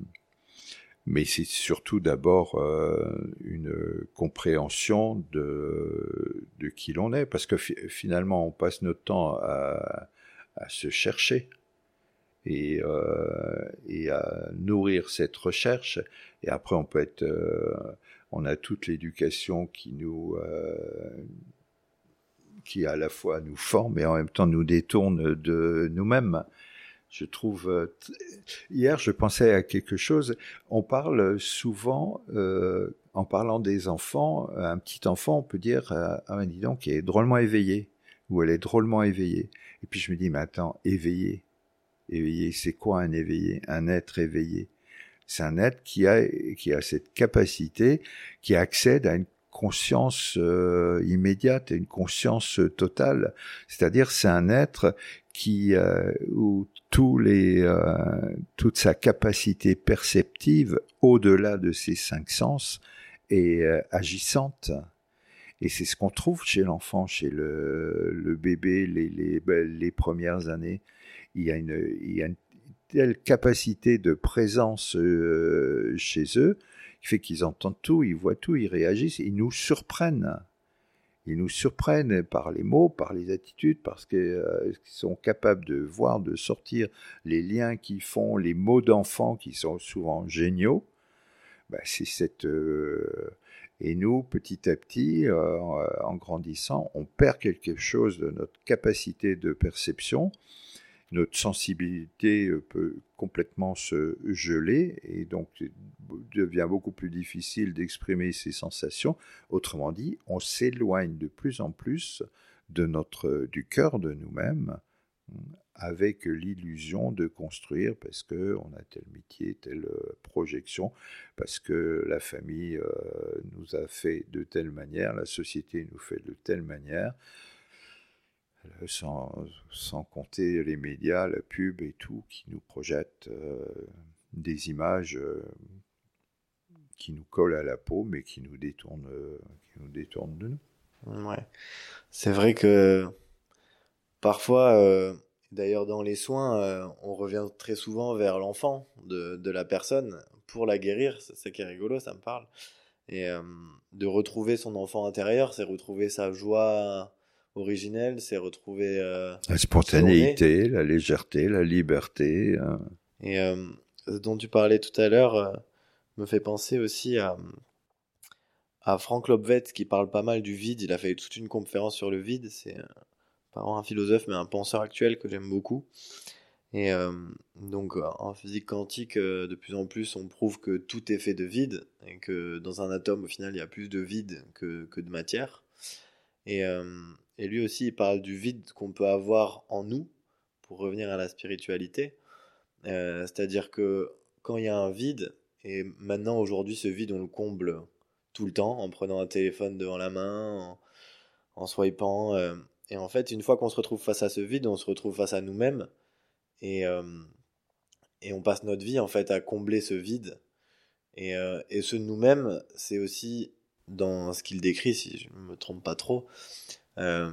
[SPEAKER 1] Mais c'est surtout d'abord euh, une compréhension de, de qui l'on est, parce que fi- finalement, on passe notre temps à, à se chercher et, euh, et à nourrir cette recherche. Et après, on peut être, euh, on a toute l'éducation qui nous, euh, qui à la fois nous forme et en même temps nous détourne de nous-mêmes. Je trouve. Euh, t- Hier, je pensais à quelque chose. On parle souvent, euh, en parlant des enfants, un petit enfant, on peut dire, euh, ah, dis donc, il est drôlement éveillé, ou elle est drôlement éveillée. Et puis je me dis, mais attends, éveillé, éveillé, c'est quoi un éveillé? Un être éveillé. C'est un être qui a, qui a cette capacité, qui accède à une conscience euh, immédiate, une conscience totale. C'est-à-dire, c'est un être qui, euh, où tous les, euh, toute sa capacité perceptive, au-delà de ses cinq sens, est euh, agissante. Et c'est ce qu'on trouve chez l'enfant, chez le, le bébé, les, les, les premières années. Il y a une, il y a une telle capacité de présence euh, chez eux, qui fait qu'ils entendent tout, ils voient tout, ils réagissent, ils nous surprennent. Ils nous surprennent par les mots, par les attitudes, parce qu'ils euh, sont capables de voir, de sortir les liens qu'ils font, les mots d'enfants qui sont souvent géniaux. Ben, c'est cette... Euh, et nous, petit à petit, euh, en grandissant, on perd quelque chose de notre capacité de perception. Notre sensibilité peut complètement se geler et donc devient beaucoup plus difficile d'exprimer ses sensations. Autrement dit, on s'éloigne de plus en plus de notre, du cœur de nous-mêmes avec l'illusion de construire parce qu'on a tel métier, telle projection, parce que la famille euh, nous a fait de telle manière, la société nous fait de telle manière, sans, sans compter les médias, la pub et tout, qui nous projettent euh, des images euh, qui nous collent à la peau, mais qui nous détournent, euh, qui nous détournent de nous.
[SPEAKER 2] Ouais. C'est vrai que parfois, euh, d'ailleurs dans les soins, euh, on revient très souvent vers l'enfant de, de la personne pour la guérir. C'est ça qui est rigolo, ça me parle. Et euh, de retrouver son enfant intérieur, c'est retrouver sa joie originelle, c'est retrouver euh,
[SPEAKER 1] La
[SPEAKER 2] qui on est.
[SPEAKER 1] spontanéité, la légèreté, la liberté. Hein.
[SPEAKER 2] Et euh, ce dont tu parlais tout à l'heure euh, me fait penser aussi à, à Frank Lobvet qui parle pas mal du vide. Il a fait toute une conférence sur le vide. C'est euh, pas vraiment un philosophe, mais un penseur actuel que j'aime beaucoup. Et euh, donc en physique quantique, euh, de plus en plus, on prouve que tout est fait de vide et que dans un atome, au final, il y a plus de vide que, que de matière. Et, euh, et lui aussi, il parle du vide qu'on peut avoir en nous, pour revenir à la spiritualité. Euh, c'est-à-dire que quand il y a un vide, et maintenant aujourd'hui ce vide on le comble tout le temps en prenant un téléphone devant la main, en, en swipant, euh, et en fait une fois qu'on se retrouve face à ce vide, on se retrouve face à nous-mêmes et, euh, et on passe notre vie en fait à combler ce vide. Et, euh, et ce nous-mêmes, c'est aussi dans ce qu'il décrit, si je ne me trompe pas trop, euh,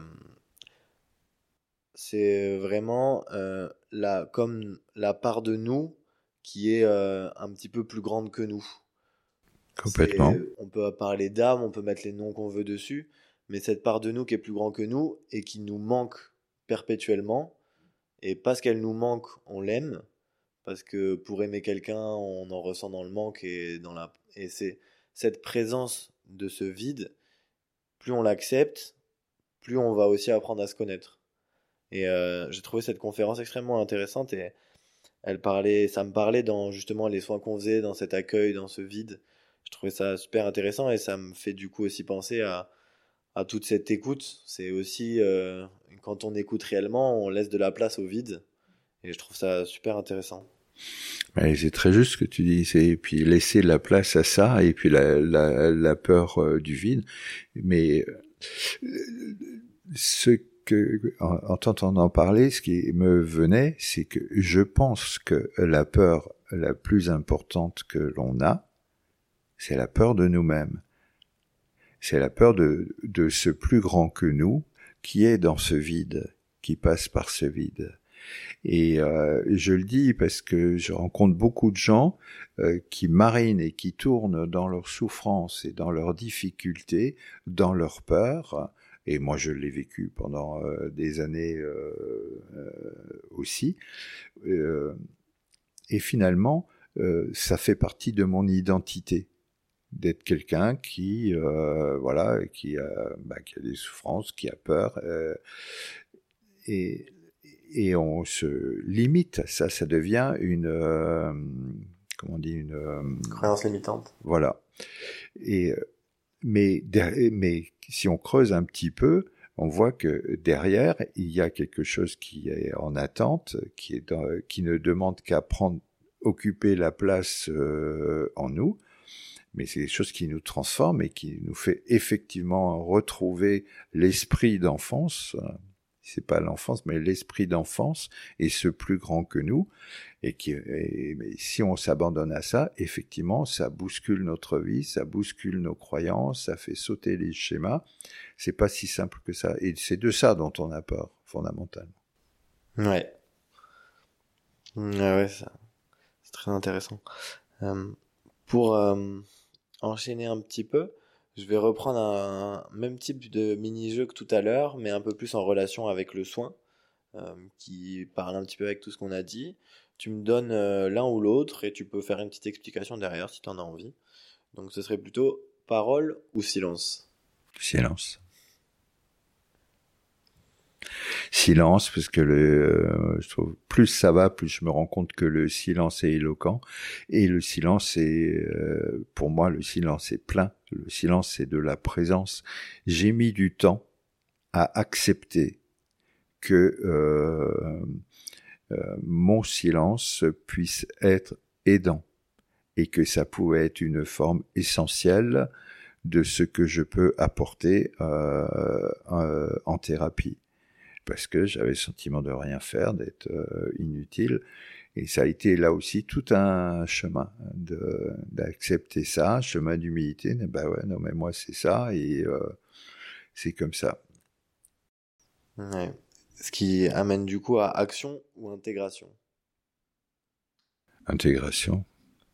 [SPEAKER 2] c'est vraiment euh, la, comme la part de nous qui est euh, un petit peu plus grande que nous.
[SPEAKER 1] Complètement.
[SPEAKER 2] C'est, on peut parler d'âme, on peut mettre les noms qu'on veut dessus, mais cette part de nous qui est plus grande que nous et qui nous manque perpétuellement, et parce qu'elle nous manque, on l'aime, parce que pour aimer quelqu'un, on en ressent dans le manque et dans la et c'est cette présence de ce vide, plus on l'accepte, plus on va aussi apprendre à se connaître. Et euh, j'ai trouvé cette conférence extrêmement intéressante et elle parlait, ça me parlait dans justement les soins qu'on faisait, dans cet accueil, dans ce vide. Je trouvais ça super intéressant et ça me fait du coup aussi penser à, à toute cette écoute. C'est aussi euh, quand on écoute réellement, on laisse de la place au vide et je trouve ça super intéressant.
[SPEAKER 1] Mais c'est très juste ce que tu dis, c'est et puis laisser la place à ça et puis la la, la peur euh, du vide. Mais euh, ce que en, en t'entendant parler, ce qui me venait, c'est que je pense que la peur la plus importante que l'on a, c'est la peur de nous-mêmes. C'est la peur de de ce plus grand que nous qui est dans ce vide, qui passe par ce vide. Et euh, je le dis parce que je rencontre beaucoup de gens euh, qui marinent et qui tournent dans leur souffrance et dans leurs difficultés, dans leur peur. Et moi, je l'ai vécu pendant euh, des années euh, euh, aussi. Euh, et finalement, euh, ça fait partie de mon identité d'être quelqu'un qui, euh, voilà, qui a, bah, qui a des souffrances, qui a peur. Euh, et Et on se limite, ça, ça devient une, euh, comment on dit, une euh,
[SPEAKER 2] croyance limitante.
[SPEAKER 1] Voilà. Et mais derrière, mais si on creuse un petit peu, on voit que derrière il y a quelque chose qui est en attente, qui est dans, qui ne demande qu'à prendre, occuper la place euh, en nous. Mais c'est des choses qui nous transforment et qui nous fait effectivement retrouver l'esprit d'enfance. C'est pas l'enfance, mais l'esprit d'enfance et ce plus grand que nous. Et qui, et, mais si on s'abandonne à ça, effectivement, ça bouscule notre vie, ça bouscule nos croyances, ça fait sauter les schémas. C'est pas si simple que ça. Et c'est de ça dont on a peur, fondamentalement.
[SPEAKER 2] Ouais. Ouais, ouais, ça, c'est très intéressant. Euh, pour euh, enchaîner un petit peu, je vais reprendre un même type de mini-jeu que tout à l'heure, mais un peu plus en relation avec le soin, euh, qui parle un petit peu avec tout ce qu'on a dit. Tu me donnes euh, l'un ou l'autre et tu peux faire une petite explication derrière si tu en as envie. Donc ce serait plutôt parole ou silence?
[SPEAKER 1] Silence. Silence, parce que le, euh, je trouve, plus ça va, plus je me rends compte que le silence est éloquent. Et le silence est, euh, pour moi, le silence est plein. Le silence, c'est de la présence. J'ai mis du temps à accepter que euh, euh, mon silence puisse être aidant et que ça pouvait être une forme essentielle de ce que je peux apporter euh, euh, en thérapie. Parce que j'avais le sentiment de rien faire, d'être euh, inutile. Et ça a été là aussi tout un chemin de, d'accepter ça, un chemin d'humilité. Ben ouais, non mais moi c'est ça et euh, c'est comme ça.
[SPEAKER 2] Ouais. Ce qui amène du coup à action ou intégration?
[SPEAKER 1] Intégration.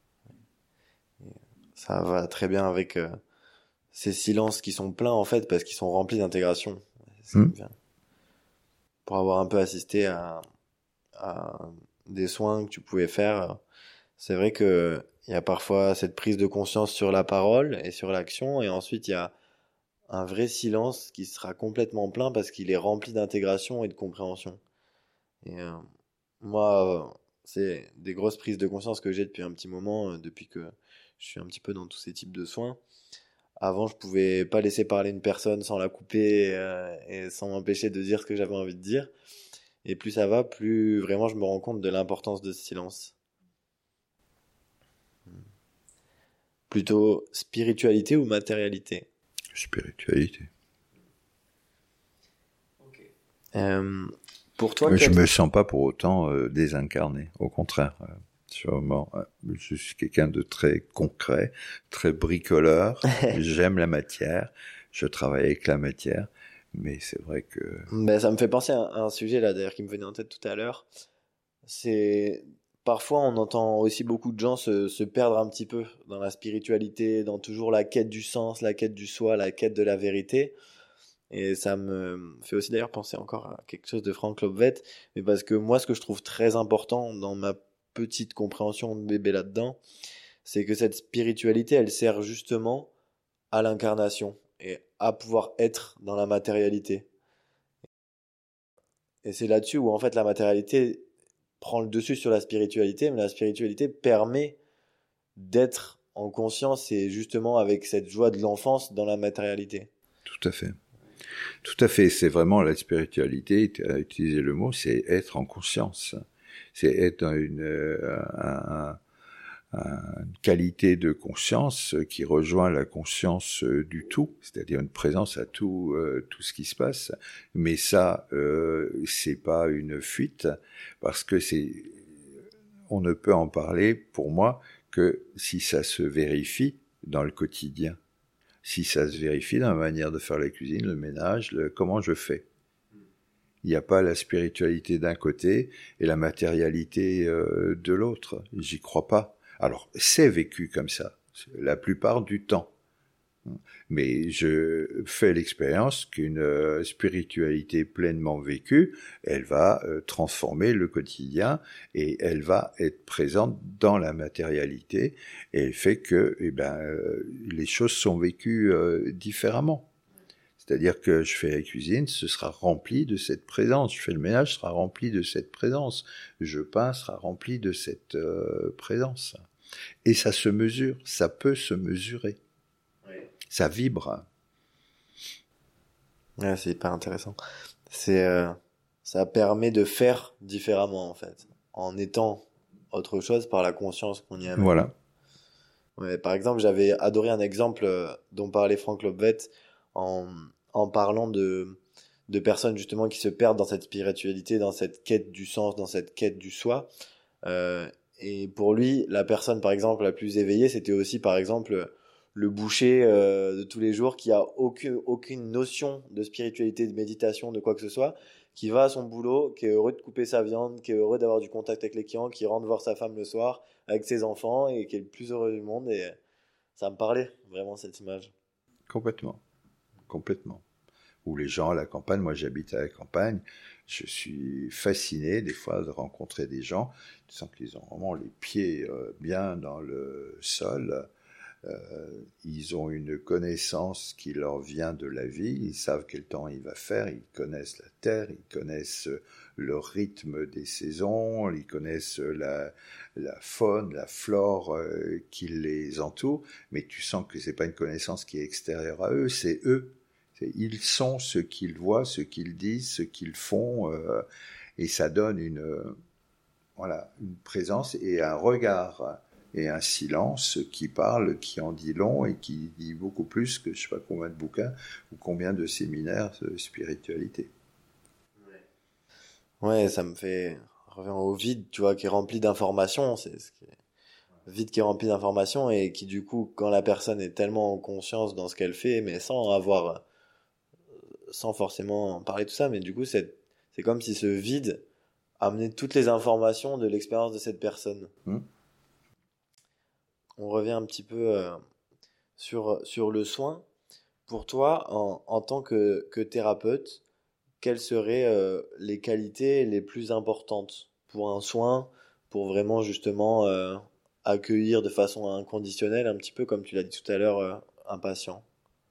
[SPEAKER 2] Ça va très bien avec euh, ces silences qui sont pleins en fait parce qu'ils sont remplis d'intégration. C'est
[SPEAKER 1] Hum.
[SPEAKER 2] bien. Pour avoir un peu assisté à, à des soins que tu pouvais faire, c'est vrai que il y a parfois cette prise de conscience sur la parole et sur l'action, et ensuite il y a un vrai silence qui sera complètement plein parce qu'il est rempli d'intégration et de compréhension. Et euh, moi, euh, c'est des grosses prises de conscience que j'ai depuis un petit moment, euh, depuis que je suis un petit peu dans tous ces types de soins. Avant, je pouvais pas laisser parler une personne sans la couper euh, et sans m'empêcher de dire ce que j'avais envie de dire. Et plus ça va, plus vraiment je me rends compte de l'importance de ce silence. Plutôt spiritualité ou matérialité?
[SPEAKER 1] Spiritualité.
[SPEAKER 2] Okay. Euh, pour toi,
[SPEAKER 1] Mais
[SPEAKER 2] quel...
[SPEAKER 1] je me sens pas pour autant euh, désincarné. Au contraire, euh, sûrement, euh, je suis quelqu'un de très concret, très bricoleur. J'aime la matière, je travaille avec la matière, mais c'est vrai que
[SPEAKER 2] Ben, ça me fait penser à un sujet là d'ailleurs qui me venait en tête tout à l'heure. C'est parfois on entend aussi beaucoup de gens se, se perdre un petit peu dans la spiritualité, dans toujours la quête du sens, la quête du soi, la quête de la vérité. Et ça me fait aussi d'ailleurs penser encore à quelque chose de Frank Lobvet, mais parce que moi ce que je trouve très important dans ma petite compréhension de bébé là-dedans, c'est que cette spiritualité, elle sert justement à l'incarnation et à pouvoir être dans la matérialité. Et c'est là-dessus où en fait la matérialité prend le dessus sur la spiritualité, mais la spiritualité permet d'être en conscience et justement avec cette joie de l'enfance dans la matérialité.
[SPEAKER 1] Tout à fait. Tout à fait. C'est vraiment la spiritualité, tu as utilisé le mot, c'est être en conscience. C'est être dans une, euh, un, une qualité de conscience qui rejoint la conscience du tout, c'est-à-dire une présence à tout, euh, tout ce qui se passe. Mais ça, euh, c'est pas une fuite, parce que c'est, on ne peut en parler, pour moi, que si ça se vérifie dans le quotidien. Si ça se vérifie dans la manière de faire la cuisine, le ménage, le, comment je fais. Il n'y a pas la spiritualité d'un côté et la matérialité euh, de l'autre. J'y crois pas. Alors, c'est vécu comme ça, la plupart du temps. Mais je fais l'expérience qu'une euh, spiritualité pleinement vécue, elle va euh, transformer le quotidien et elle va être présente dans la matérialité et elle fait que eh ben, euh, les choses sont vécues euh, différemment. C'est-à-dire que je fais la cuisine, ce sera rempli de cette présence. Je fais le ménage, ce sera rempli de cette présence. Je peins, sera rempli de cette euh, présence. Et ça se mesure, ça peut se mesurer. Oui. Ça vibre.
[SPEAKER 2] Ouais, c'est hyper intéressant. C'est, euh, ça permet de faire différemment, en fait, en étant autre chose par la conscience qu'on y amène.
[SPEAKER 1] Voilà.
[SPEAKER 2] Ouais, par exemple, j'avais adoré un exemple euh, dont parlait Frank Lobvet en, en parlant de, de personnes justement qui se perdent dans cette spiritualité, dans cette quête du sens, dans cette quête du soi. Euh, et pour lui, la personne, par exemple, la plus éveillée, c'était aussi, par exemple, le boucher euh, de tous les jours qui a aucune, aucune notion de spiritualité, de méditation, de quoi que ce soit, qui va à son boulot, qui est heureux de couper sa viande, qui est heureux d'avoir du contact avec les clients, qui rentre voir sa femme le soir avec ses enfants et qui est le plus heureux du monde. Et ça me parlait vraiment cette image.
[SPEAKER 1] Complètement. Complètement. Où les gens à la campagne, moi j'habite à la campagne, je suis fasciné des fois de rencontrer des gens, tu sens qu'ils ont vraiment les pieds euh, bien dans le sol, euh, ils ont une connaissance qui leur vient de la vie, ils savent quel temps il va faire, ils connaissent la terre, ils connaissent le rythme des saisons, ils connaissent la, la faune, la flore euh, qui les entoure, mais tu sens que c'est pas une connaissance qui est extérieure à eux, c'est eux. Ils sont ce qu'ils voient, ce qu'ils disent, ce qu'ils font, euh, et ça donne une, euh, voilà, une présence et un regard et un silence qui parle, qui en dit long et qui dit beaucoup plus que je sais pas combien de bouquins ou combien de séminaires de spiritualité.
[SPEAKER 2] Ouais, ça me fait revenir au vide, tu vois, qui est rempli d'informations. C'est ce qui est vide qui est rempli d'informations et qui du coup, quand la personne est tellement en conscience dans ce qu'elle fait, mais sans avoir sans forcément parler de tout ça, mais du coup, c'est, c'est comme si ce vide amenait toutes les informations de l'expérience de cette personne. Mmh. On revient un petit peu euh, sur, sur le soin. Pour toi, en, en tant que, que thérapeute, quelles seraient euh, les qualités les plus importantes pour un soin, pour vraiment justement euh, accueillir de façon inconditionnelle, un petit peu comme tu l'as dit tout à l'heure, euh, un patient?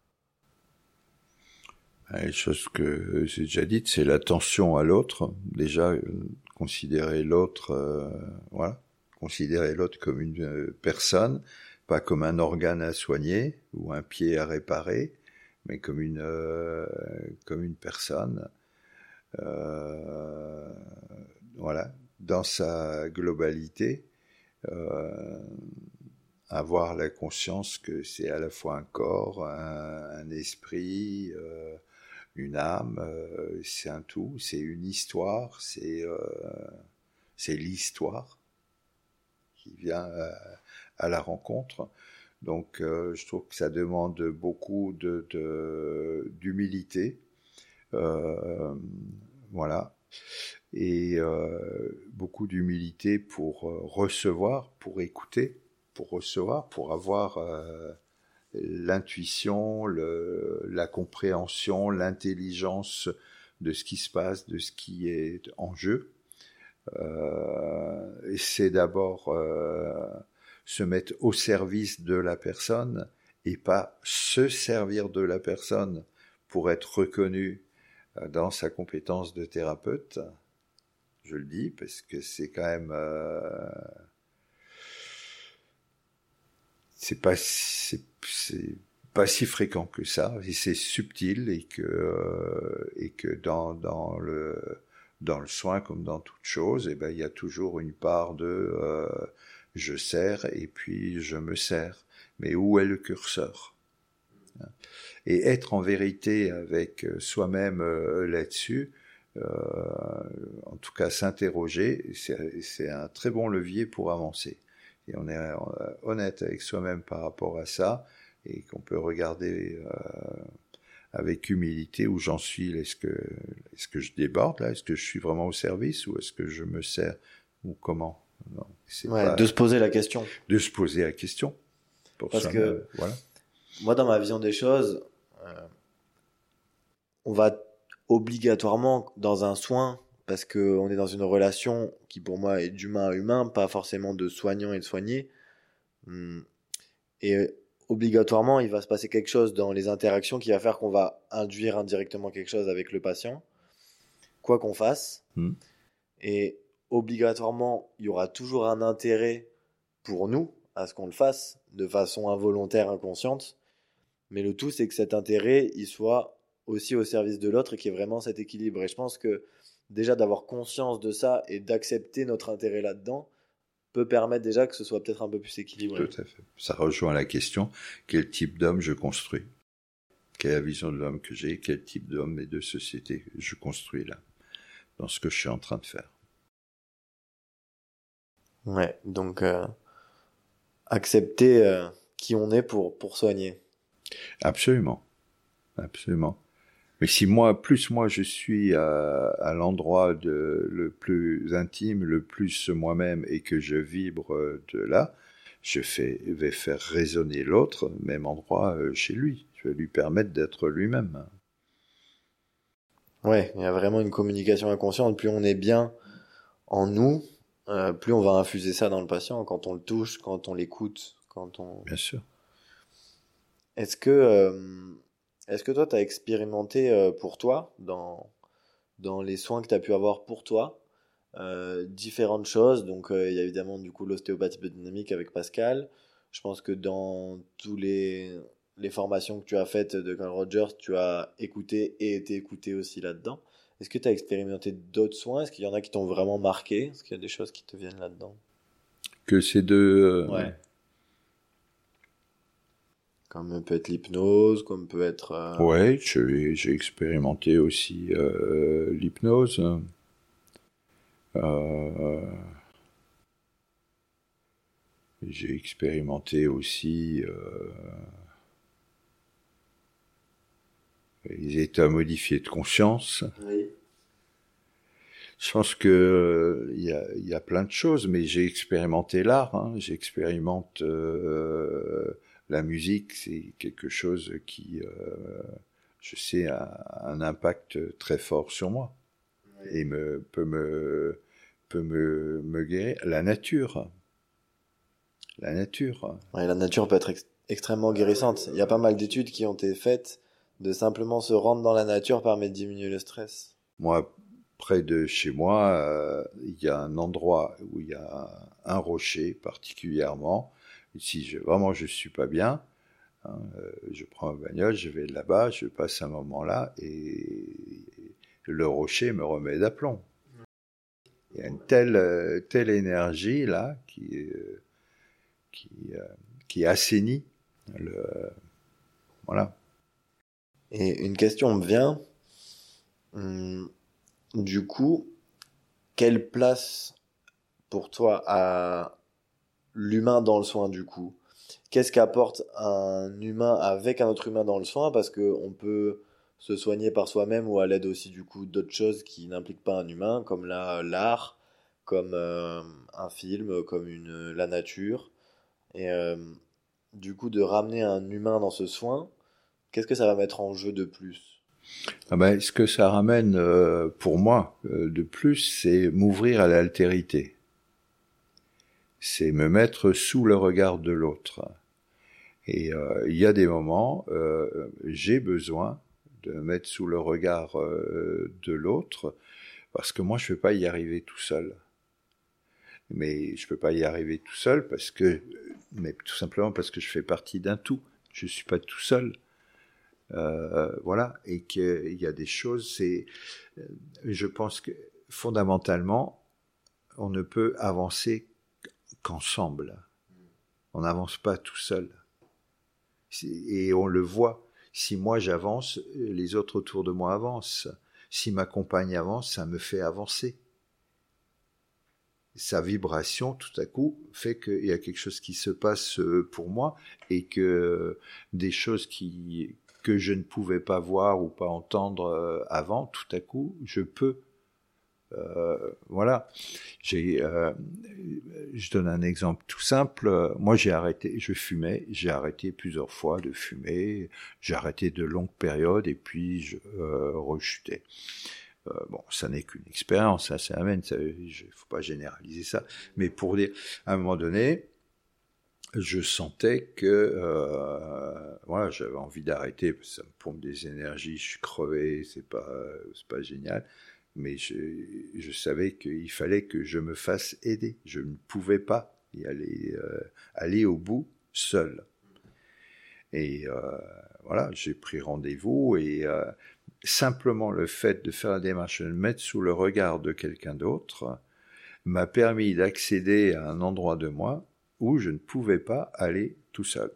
[SPEAKER 1] Les choses que j'ai déjà dites, c'est l'attention à l'autre. Déjà, euh, considérer l'autre, euh, voilà, considérer l'autre comme une euh, personne, pas comme un organe à soigner ou un pied à réparer, mais comme une euh, comme une personne. Euh, voilà, dans sa globalité, euh, avoir la conscience que c'est à la fois un corps, un, un esprit. Euh, une âme, euh, c'est un tout, c'est une histoire, c'est euh, c'est l'histoire qui vient à, à la rencontre. Donc, euh, je trouve que ça demande beaucoup de, de d'humilité, euh, voilà, et euh, beaucoup d'humilité pour recevoir, pour écouter, pour recevoir, pour avoir euh, l'intuition, le, la compréhension, l'intelligence de ce qui se passe, de ce qui est en jeu. Euh, et c'est d'abord euh, se mettre au service de la personne et pas se servir de la personne pour être reconnu dans sa compétence de thérapeute. Je le dis parce que c'est quand même euh, c'est pas c'est, c'est pas si fréquent que ça, et c'est subtil, et que euh, et que dans dans le dans le soin comme dans toute chose, et ben il y a toujours une part de euh, je sers et puis je me sers, mais où est le curseur? Et être en vérité avec soi-même euh, là-dessus, euh, en tout cas s'interroger, c'est, c'est un très bon levier pour avancer. Et on est euh, honnête avec soi-même par rapport à ça, et qu'on peut regarder euh, avec humilité où j'en suis. Est-ce que, est-ce que je déborde là? Est-ce que je suis vraiment au service, ou est-ce que je me sers, ou comment? Non, c'est
[SPEAKER 2] Ouais,
[SPEAKER 1] pas...
[SPEAKER 2] de se poser la question.
[SPEAKER 1] De se poser la question. Pour
[SPEAKER 2] Parce
[SPEAKER 1] soi-même,
[SPEAKER 2] que
[SPEAKER 1] voilà.
[SPEAKER 2] moi, dans ma vision des choses, euh, on va obligatoirement dans un soin, parce qu'on est dans une relation qui pour moi est d'humain à humain, pas forcément de soignant et de soigné. Et obligatoirement, il va se passer quelque chose dans les interactions qui va faire qu'on va induire indirectement quelque chose avec le patient, quoi qu'on fasse.
[SPEAKER 1] Mmh.
[SPEAKER 2] Et obligatoirement, il y aura toujours un intérêt pour nous à ce qu'on le fasse de façon involontaire, inconsciente. Mais le tout, c'est que cet intérêt, il soit aussi au service de l'autre et qu'il y ait vraiment cet équilibre. Et je pense que déjà d'avoir conscience de ça et d'accepter notre intérêt là-dedans peut permettre déjà que ce soit peut-être un peu plus équilibré.
[SPEAKER 1] Tout à fait. Ça rejoint la question, quel type d'homme je construis? Quelle est la vision de l'homme que j'ai? Quel type d'homme et de société je construis là, dans ce que je suis en train de faire?
[SPEAKER 2] Ouais, donc euh, accepter euh, qui on est pour, pour soigner.
[SPEAKER 1] Absolument, absolument. Mais si moi, plus moi je suis à, à l'endroit de, le plus intime, le plus moi-même, et que je vibre de là, je fais, vais faire résonner l'autre, même endroit euh, chez lui. Je vais lui permettre d'être lui-même.
[SPEAKER 2] Ouais, il y a vraiment une communication inconsciente. Plus on est bien en nous, euh, plus on va infuser ça dans le patient quand on le touche, quand on l'écoute, quand on...
[SPEAKER 1] Bien sûr.
[SPEAKER 2] Est-ce que, euh, est-ce que toi, tu as expérimenté euh, pour toi, dans, dans les soins que tu as pu avoir pour toi, euh, différentes choses? Donc, euh, il y a évidemment du coup l'ostéopathie biodynamique avec Pascal. Je pense que dans tous les, les formations que tu as faites de Carl Rogers, tu as écouté et été écouté aussi là-dedans. Est-ce que tu as expérimenté d'autres soins? Est-ce qu'il y en a qui t'ont vraiment marqué? Est-ce qu'il y a des choses qui te viennent là-dedans?
[SPEAKER 1] Que ces deux... Euh,
[SPEAKER 2] Ouais. Comme peut être l'hypnose, comme peut être... euh,
[SPEAKER 1] Ouais, j'ai, j'ai expérimenté aussi euh, l'hypnose. Euh, j'ai expérimenté aussi euh, les états modifiés de conscience.
[SPEAKER 2] Oui.
[SPEAKER 1] Je pense que il y a, y a plein de choses, mais j'ai expérimenté l'art. Hein, j'expérimente euh, la musique, c'est quelque chose qui, euh, je sais, a un impact très fort sur moi, oui. Et me peut me peut me me guérir. La nature, la nature.
[SPEAKER 2] Ouais, la nature peut être ex- extrêmement guérissante. Il y a pas mal d'études qui ont été faites de simplement se rendre dans la nature permet de diminuer le stress.
[SPEAKER 1] Moi, près de chez moi, euh, il y a un endroit où il y a un rocher particulièrement. Et si je, vraiment je suis pas bien, hein, euh, je prends ma bagnole, je vais là-bas, je passe un moment là, et le rocher me remet d'aplomb. Il y a une telle, euh, telle énergie là qui, euh, qui, euh, qui assainit le, euh, voilà.
[SPEAKER 2] Et une question me vient. Hum, du coup, quelle place pour toi a l'humain dans le soin du coup? Qu'est-ce qu'apporte un humain avec un autre humain dans le soin? Parce que on peut se soigner par soi-même ou à l'aide aussi du coup d'autres choses qui n'impliquent pas un humain, comme la, l'art, comme euh, un film, comme une, la nature. Et euh, du coup, de ramener un humain dans ce soin, qu'est-ce que ça va mettre en jeu de plus?
[SPEAKER 1] Ah ben, ce que ça ramène euh, pour moi euh, de plus, c'est m'ouvrir à l'altérité. C'est me mettre sous le regard de l'autre. Et euh, il y a des moments, euh, j'ai besoin de me mettre sous le regard euh, de l'autre, parce que moi, je ne peux pas y arriver tout seul. Mais je ne peux pas y arriver tout seul, parce que, mais tout simplement parce que je fais partie d'un tout. Je ne suis pas tout seul. Euh, voilà, et qu'il y a des choses, c'est, je pense que fondamentalement, on ne peut avancer qu'ensemble. On n'avance pas tout seul. Et on le voit. Si moi j'avance, les autres autour de moi avancent. Si ma compagne avance, ça me fait avancer. Sa vibration, tout à coup, fait qu'il y a quelque chose qui se passe pour moi et que des choses qui, que je ne pouvais pas voir ou pas entendre avant, tout à coup, je peux. Euh, voilà. J'ai, euh, je donne un exemple tout simple. Moi, j'ai arrêté, je fumais, j'ai arrêté plusieurs fois de fumer. J'ai arrêté de longues périodes et puis je euh, rechutais. Euh, bon, ça n'est qu'une expérience, ça, ça amène, il faut pas généraliser ça. Mais pour dire, à un moment donné, je sentais que, euh, voilà, j'avais envie d'arrêter, parce que ça me pompe des énergies, je suis crevé, c'est pas, c'est pas génial. Mais je, je savais qu'il fallait que je me fasse aider. Je ne pouvais pas y aller, euh, aller au bout seul. Et euh, voilà, j'ai pris rendez-vous et euh, simplement le fait de faire la démarche, de me mettre sous le regard de quelqu'un d'autre, m'a permis d'accéder à un endroit de moi où je ne pouvais pas aller tout seul.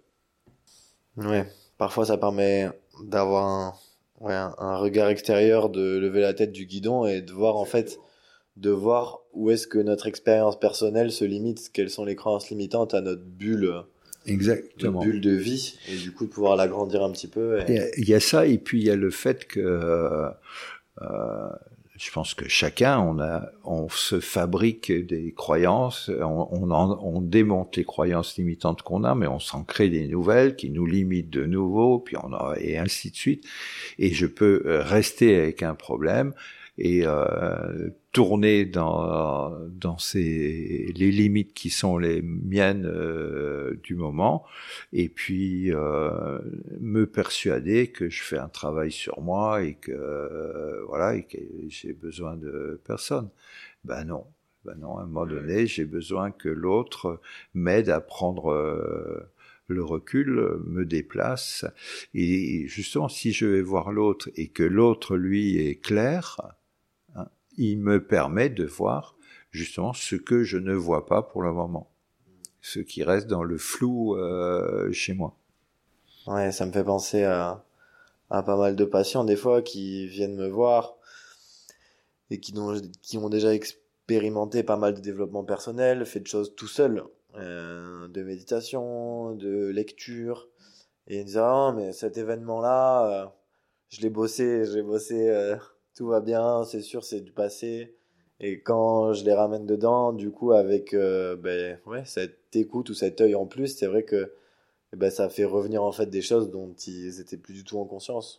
[SPEAKER 2] Ouais, parfois ça permet d'avoir un, ouais, un, un regard extérieur, de lever la tête du guidon et de voir en fait, de voir où est-ce que notre expérience personnelle se limite, quelles sont les croyances limitantes à notre bulle,
[SPEAKER 1] Exactement.
[SPEAKER 2] notre bulle de vie, et du coup de pouvoir l'agrandir un petit peu. Et...
[SPEAKER 1] Il, y a, il y a ça, et puis il y a le fait que euh, euh, je pense que chacun, on a, on se fabrique des croyances, on, on, en, on démonte les croyances limitantes qu'on a, mais on s'en crée des nouvelles qui nous limitent de nouveau, puis on a, et ainsi de suite. Et je peux rester avec un problème et euh, tourner dans dans ces les limites qui sont les miennes euh, du moment, et puis euh, me persuader que je fais un travail sur moi et que euh, voilà et que j'ai besoin de personne. Ben non, ben non. À un moment donné, j'ai besoin que l'autre m'aide à prendre euh, le recul, me déplace, et justement, si je vais voir l'autre et que l'autre lui est clair, hein, il me permet de voir justement ce que je ne vois pas pour le moment, ce qui reste dans le flou euh, chez moi.
[SPEAKER 2] Ouais, ça me fait penser à, à pas mal de patients des fois qui viennent me voir et qui ont, qui ont déjà expérimenté pas mal de développement personnel, fait de choses tout seul, euh, de méditation, de lecture, et ils disent ah mais cet événement-là, euh, je l'ai bossé, j'ai bossé, euh, tout va bien, c'est sûr, c'est du passé. Et quand je les ramène dedans, du coup, avec euh, ben, ouais, cette écoute ou cet œil en plus, c'est vrai que eh ben, ça fait revenir en fait des choses dont ils étaient plus du tout en conscience.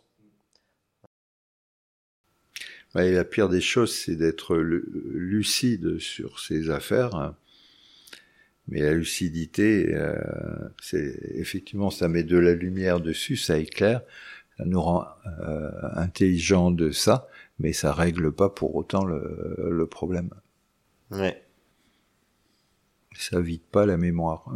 [SPEAKER 1] Et la pire des choses, c'est d'être lucide sur ces affaires. Mais la lucidité, euh, c'est effectivement, ça met de la lumière dessus, ça éclaire, ça nous rend euh, intelligents de ça, mais ça règle pas pour autant le, le problème.
[SPEAKER 2] Ouais.
[SPEAKER 1] Ça vide pas la mémoire.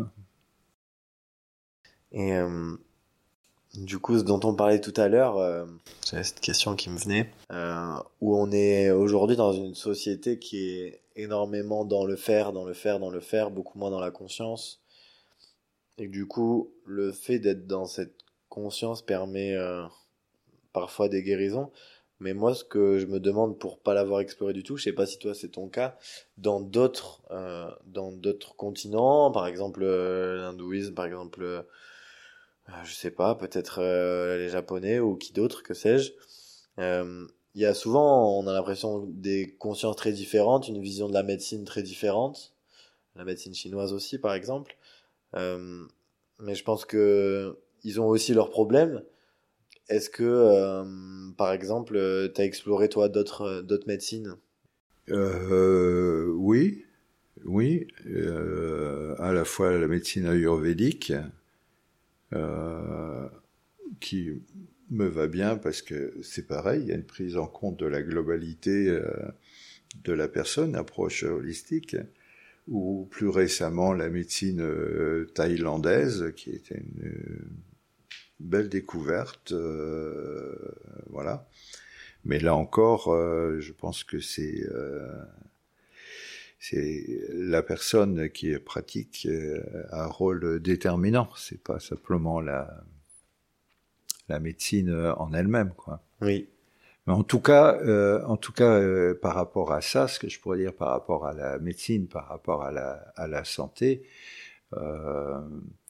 [SPEAKER 2] Et euh, du coup, ce dont on parlait tout à l'heure, euh, c'est cette question qui me venait, euh, où on est aujourd'hui dans une société qui est énormément dans le faire, dans le faire, dans le faire, beaucoup moins dans la conscience. Et du coup, le fait d'être dans cette conscience permet euh, parfois des guérisons. Mais moi, ce que je me demande pour pas l'avoir exploré du tout, je sais pas si toi c'est ton cas, dans d'autres euh, dans d'autres continents, par exemple euh, l'hindouisme, par exemple, euh, je sais pas, peut-être euh, les Japonais ou qui d'autre, que sais-je. Euh, Il y a souvent, on a l'impression des consciences très différentes, une vision de la médecine très différente, la médecine chinoise aussi, par exemple. Euh, mais je pense que ils ont aussi leurs problèmes. est-ce que, euh, par exemple, euh, t'as exploré toi d'autres euh, d'autres médecines?
[SPEAKER 1] Euh, oui, oui, euh, à la fois la médecine ayurvédique, euh, qui me va bien parce que c'est pareil, il y a une prise en compte de la globalité euh, de la personne, approche holistique, ou plus récemment la médecine euh, thaïlandaise, qui était une euh, belle découverte, euh, voilà. Mais là encore, euh, je pense que c'est euh, c'est la personne qui pratique euh, un rôle déterminant. C'est pas simplement la la médecine en elle-même, quoi.
[SPEAKER 2] Oui.
[SPEAKER 1] Mais en tout cas, euh, en tout cas, euh, par rapport à ça, ce que je pourrais dire par rapport à la médecine, par rapport à la à la santé, euh,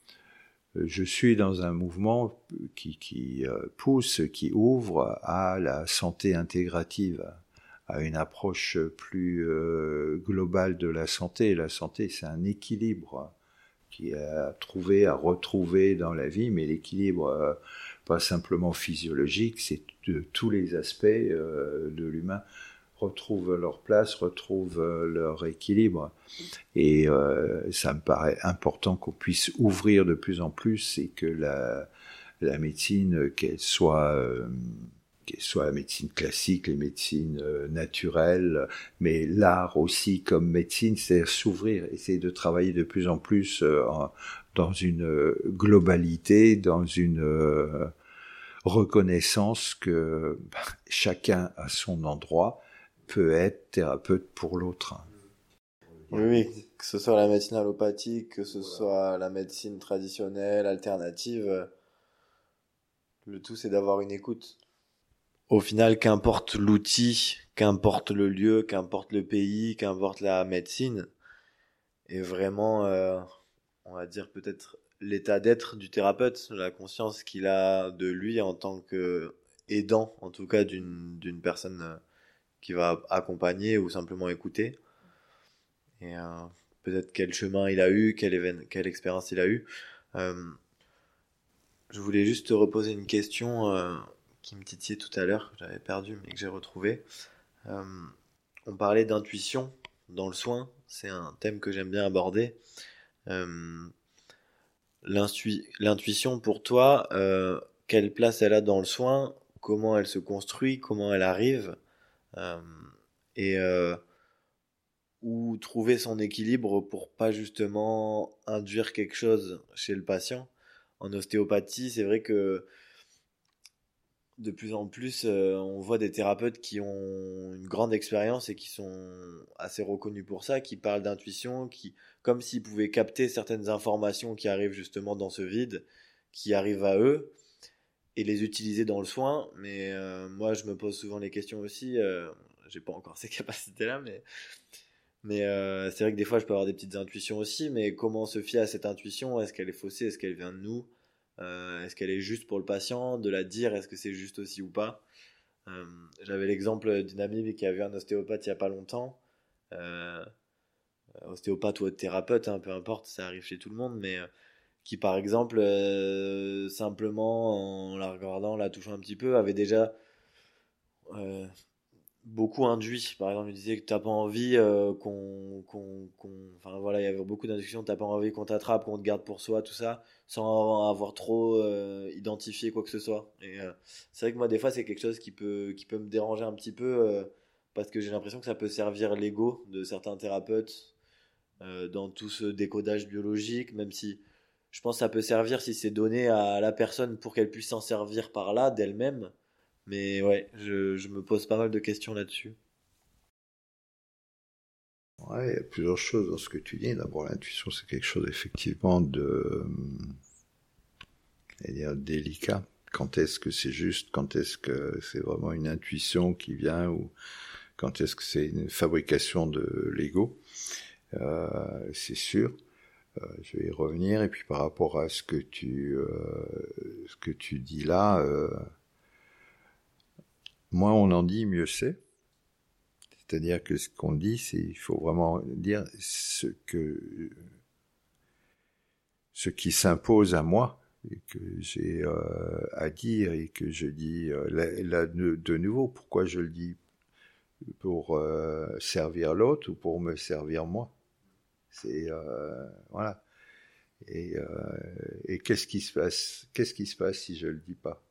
[SPEAKER 1] je suis dans un mouvement qui, qui euh, pousse, qui ouvre à la santé intégrative, à une approche plus euh, globale de la santé. La santé, c'est un équilibre qui est à trouver, à retrouver dans la vie, mais l'équilibre euh, pas simplement physiologique, c'est de tous les aspects euh, de l'humain retrouvent leur place, retrouvent leur équilibre. Et euh, ça me paraît important qu'on puisse ouvrir de plus en plus et que la, la médecine, qu'elle soit, euh, qu'elle soit la médecine classique, les médecines euh, naturelles, mais l'art aussi comme médecine, c'est s'ouvrir, essayer de travailler de plus en plus euh, en, dans une globalité, dans une euh, reconnaissance que bah, chacun à son endroit peut être thérapeute pour l'autre.
[SPEAKER 2] Oui, oui, que ce soit la médecine allopathique, que ce soit la médecine traditionnelle, alternative, euh, le tout c'est d'avoir une écoute. Au final, qu'importe l'outil, qu'importe le lieu, qu'importe le pays, qu'importe la médecine, et vraiment, euh, on va dire peut-être l'état d'être du thérapeute, la conscience qu'il a de lui en tant que aidant, en tout cas d'une d'une personne euh, qui va accompagner ou simplement écouter. Et euh, peut-être quel chemin il a eu, quelle, évén- quelle expérience il a eu. Euh, je voulais juste te reposer une question euh, qui me titillait tout à l'heure, que j'avais perdu mais que j'ai retrouvé. Euh, on parlait d'intuition dans le soin, c'est un thème que j'aime bien aborder. Euh, L'intui- L'intuition pour toi, euh, quelle place elle a dans le soin, comment elle se construit, comment elle arrive, euh, et euh, où trouver son équilibre pour pas justement induire quelque chose chez le patient. En ostéopathie, c'est vrai que de plus en plus, euh, on voit des thérapeutes qui ont une grande expérience et qui sont assez reconnus pour ça, qui parlent d'intuition, qui, comme s'ils pouvaient capter certaines informations qui arrivent justement dans ce vide, qui arrivent à eux, et les utiliser dans le soin. Mais euh, moi, je me pose souvent les questions aussi. Euh, j'ai pas encore ces capacités-là, mais mais euh, c'est vrai que des fois, je peux avoir des petites intuitions aussi. Mais comment se fier à cette intuition? Est-ce qu'elle est faussée? Est-ce qu'elle vient de nous? Euh, est-ce qu'elle est juste pour le patient? De la dire, est-ce que c'est juste aussi ou pas? Euh, J'avais l'exemple d'une amie qui a vu un ostéopathe il y a pas longtemps. Euh, Ostéopathe ou autre thérapeute, hein, peu importe, ça arrive chez tout le monde, mais euh, qui par exemple, euh, simplement en la regardant, la touchant un petit peu, avait déjà euh, beaucoup induit. Par exemple, il disait que t'as pas envie euh, qu'on, qu'on, qu'on, enfin voilà, il y avait beaucoup d'inductions. T'as pas envie qu'on t'attrape, qu'on te garde pour soi, tout ça, sans avoir trop euh, identifié quoi que ce soit. Et euh, c'est vrai que moi, des fois, c'est quelque chose qui peut, qui peut me déranger un petit peu euh, parce que j'ai l'impression que ça peut servir l'ego de certains thérapeutes euh, dans tout ce décodage biologique, même si je pense que ça peut servir si c'est donné à la personne pour qu'elle puisse s'en servir par là d'elle-même. Mais ouais, je, je me pose pas mal de questions là-dessus.
[SPEAKER 1] Ouais, il y a plusieurs choses dans ce que tu dis. D'abord, l'intuition, c'est quelque chose effectivement de, euh, dire, délicat. Quand est-ce que c'est juste? Quand est-ce que c'est vraiment une intuition qui vient? Ou quand est-ce que c'est une fabrication de l'ego? euh, C'est sûr. Euh, je vais y revenir. Et puis par rapport à ce que tu, euh, ce que tu dis là, euh, moins on en dit, mieux c'est. C'est-à-dire que ce qu'on dit, c'est il faut vraiment dire ce que ce qui s'impose à moi, et que j'ai euh, à dire et que je dis euh, là, là de, de nouveau, pourquoi je le dis? Pour euh, servir l'autre ou pour me servir moi? C'est euh, voilà. Et, euh, et qu'est-ce qui se passe? Qu'est-ce qui se passe si je le dis pas?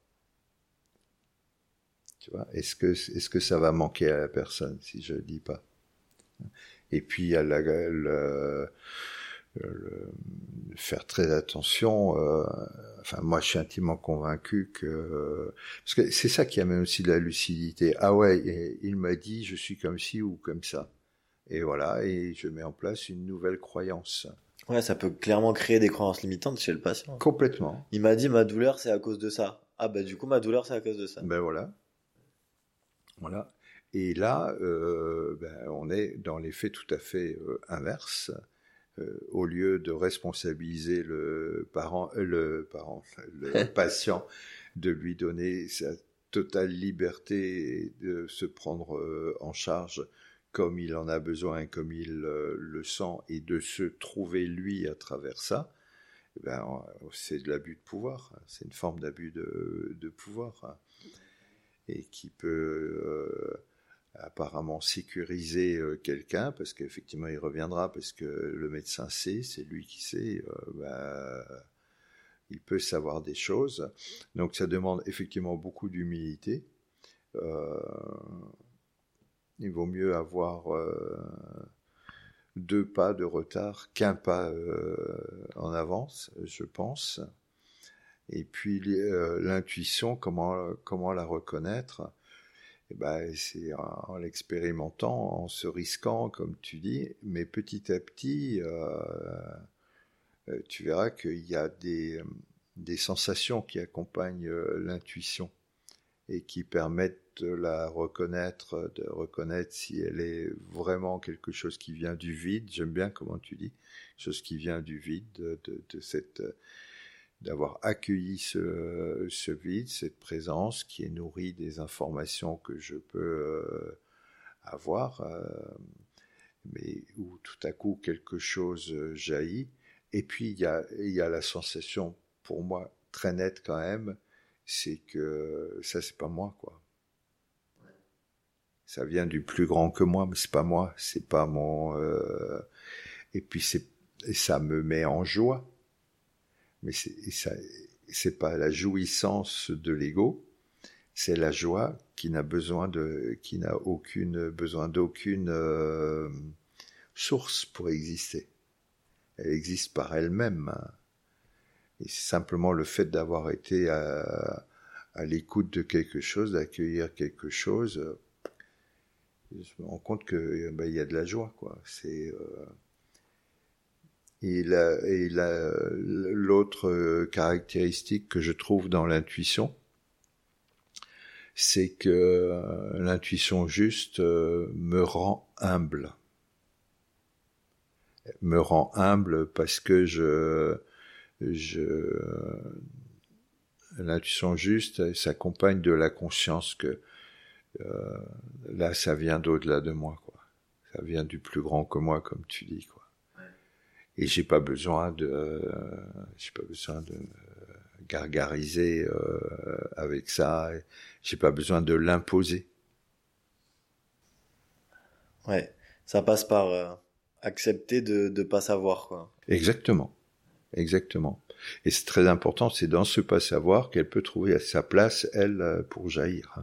[SPEAKER 1] Tu vois? Est-ce que est-ce que ça va manquer à la personne si je le dis pas? Et puis il y a la, le, le, faire très attention. Euh, enfin, moi, je suis intimement convaincu que parce que c'est ça qui amène aussi de la lucidité. Ah ouais, et il m'a dit je suis comme ci ou comme ça. Et voilà, et je mets en place une nouvelle croyance.
[SPEAKER 2] Ouais, ça peut clairement créer des croyances limitantes chez le patient.
[SPEAKER 1] Complètement.
[SPEAKER 2] Il m'a dit ma douleur c'est à cause de ça. Ah bah du coup ma douleur c'est à cause de ça.
[SPEAKER 1] Ben voilà. Voilà. Et là, euh, ben, on est dans l'effet tout à fait euh, inverse. Euh, au lieu de responsabiliser le parent, euh, le parent, le patient, de lui donner sa totale liberté et de se prendre euh, en charge comme il en a besoin, comme il euh, le sent, et de se trouver lui à travers ça, ben, c'est de l'abus de pouvoir. C'est une forme d'abus de, de pouvoir et qui peut euh, apparemment sécuriser euh, quelqu'un parce qu'effectivement il reviendra parce que le médecin sait, c'est lui qui sait, euh, bah, il peut savoir des choses. Donc ça demande effectivement beaucoup d'humilité. Euh, il vaut mieux avoir euh, deux pas de retard qu'un pas euh, en avance, je pense. Et puis euh, l'intuition, comment, comment la reconnaître? Eh ben, c'est en l'expérimentant, en se risquant, comme tu dis, mais petit à petit, euh, tu verras qu'il y a des, des sensations qui accompagnent euh, l'intuition et qui permettent de la reconnaître, de reconnaître si elle est vraiment quelque chose qui vient du vide. J'aime bien comment tu dis, chose qui vient du vide, de, de, de cette, d'avoir accueilli ce, ce vide, cette présence qui est nourrie des informations que je peux euh, avoir, euh, mais où tout à coup quelque chose jaillit. Et puis il y a, il y a la sensation, pour moi, très nette quand même, c'est que ça, c'est pas moi, quoi. Ça vient du plus grand que moi, mais c'est pas moi, c'est pas mon... Euh... Et puis c'est, et ça me met en joie, mais c'est, et ça, c'est pas la jouissance de l'ego, c'est la joie qui n'a besoin de, qui n'a aucune besoin d'aucune euh, source pour exister. Elle existe par elle-même. Et c'est simplement le fait d'avoir été à, à l'écoute de quelque chose, d'accueillir quelque chose. Je me rends compte que ben, il y a de la joie, quoi. C'est euh... et, la, et la, l'autre caractéristique que je trouve dans l'intuition, c'est que euh, l'intuition juste euh, me rend humble. Me rend humble parce que je, je l'intuition juste s'accompagne de la conscience que euh, là, ça vient d'au-delà de moi, quoi. Ça vient du plus grand que moi, comme tu dis, quoi. Et j'ai pas besoin de, euh, j'ai pas besoin de gargariser euh, avec ça. J'ai pas besoin de l'imposer.
[SPEAKER 2] Ouais, ça passe par euh, accepter de de pas savoir, quoi.
[SPEAKER 1] Exactement, exactement. Et c'est très important, c'est dans ce pas savoir qu'elle peut trouver sa place, elle, pour jaillir.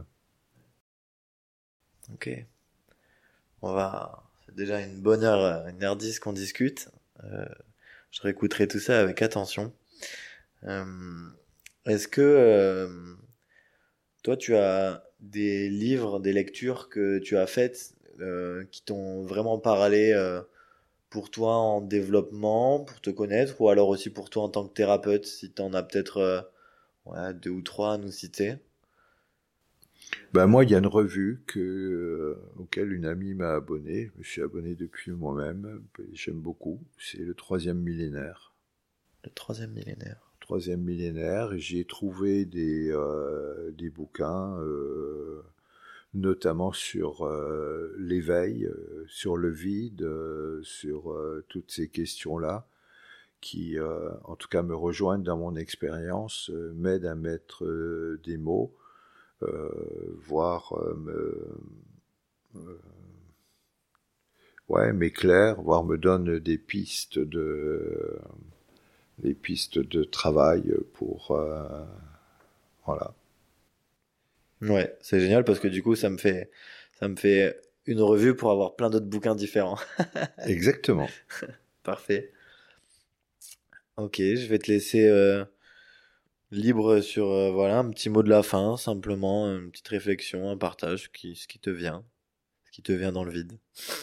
[SPEAKER 2] Ok. On va, c'est déjà une bonne heure, une heure dix qu'on discute. Euh, je réécouterai tout ça avec attention. Euh, est-ce que euh, toi tu as des livres, des lectures que tu as faites euh, qui t'ont vraiment parlé euh, pour toi en développement, pour te connaître, ou alors aussi pour toi en tant que thérapeute, si t'en as peut-être euh, ouais, deux ou trois à nous citer?
[SPEAKER 1] Ben moi, il y a une revue que, euh, auquel une amie m'a abonné. Je me suis abonné depuis moi-même. J'aime beaucoup. C'est le troisième millénaire.
[SPEAKER 2] Le troisième millénaire.
[SPEAKER 1] Troisième millénaire. Et j'y ai trouvé des, euh, des bouquins, euh, notamment sur euh, l'éveil, euh, sur le vide, euh, sur euh, toutes ces questions-là, qui, euh, en tout cas, me rejoignent dans mon expérience, euh, m'aident à mettre euh, des mots, euh, voire euh, me, euh, ouais, m'éclairent, voire me donnent des pistes de, des pistes de travail pour, euh, voilà.
[SPEAKER 2] Ouais, c'est génial parce que du coup, ça me fait, ça me fait une revue pour avoir plein d'autres bouquins différents.
[SPEAKER 1] Exactement.
[SPEAKER 2] Parfait. Ok, je vais te laisser euh, libre sur euh, voilà un petit mot de la fin, simplement une petite réflexion, un partage, qui, ce qui te vient, ce qui te vient dans le vide.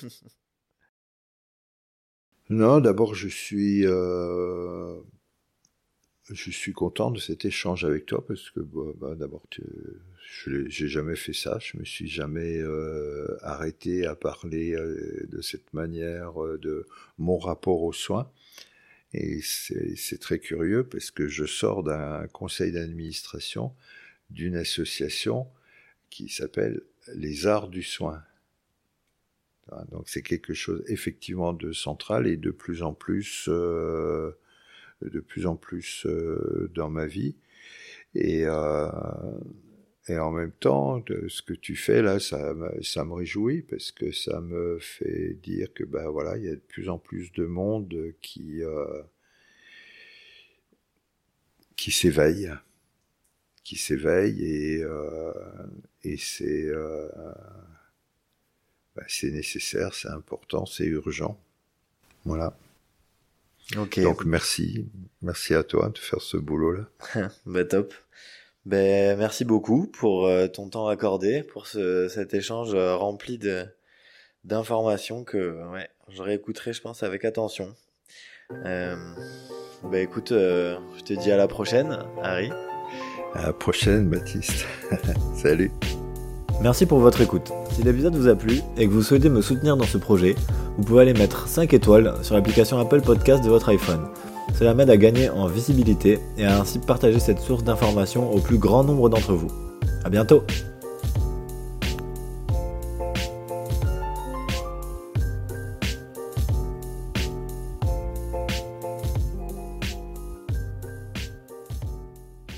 [SPEAKER 1] Non, d'abord, je suis, euh, je suis content de cet échange avec toi parce que, bah, bah, d'abord, tu, je j'ai jamais fait ça, je me suis jamais euh, arrêté à parler euh, de cette manière euh, de mon rapport aux soins. Et c'est, c'est très curieux parce que je sors d'un conseil d'administration d'une association qui s'appelle les Arts du Soin. Donc c'est quelque chose effectivement de central et de plus en plus, euh, de plus en plus euh, dans ma vie. Et, euh, et en même temps, de ce que tu fais là, ça, ça me réjouit parce que ça me fait dire que ben voilà, il y a de plus en plus de monde qui euh, qui s'éveille, qui s'éveille et euh, et c'est euh, bah, c'est nécessaire, c'est important, c'est urgent. Voilà.
[SPEAKER 2] Ok.
[SPEAKER 1] Donc merci, merci à toi de faire ce boulot-là.
[SPEAKER 2] Bah top. Ben merci beaucoup pour euh, ton temps accordé, pour ce, cet échange euh, rempli de d'informations que ouais, je réécouterai, je pense, avec attention. Euh, bah écoute, euh, je te dis à la prochaine, Harry.
[SPEAKER 1] À la prochaine, Baptiste. Salut.
[SPEAKER 2] Merci pour votre écoute. Si l'épisode vous a plu et que vous souhaitez me soutenir dans ce projet, vous pouvez aller mettre cinq étoiles sur l'application Apple Podcast de votre iPhone. Cela m'aide à gagner en visibilité et à ainsi partager cette source d'information au plus grand nombre d'entre vous. À bientôt!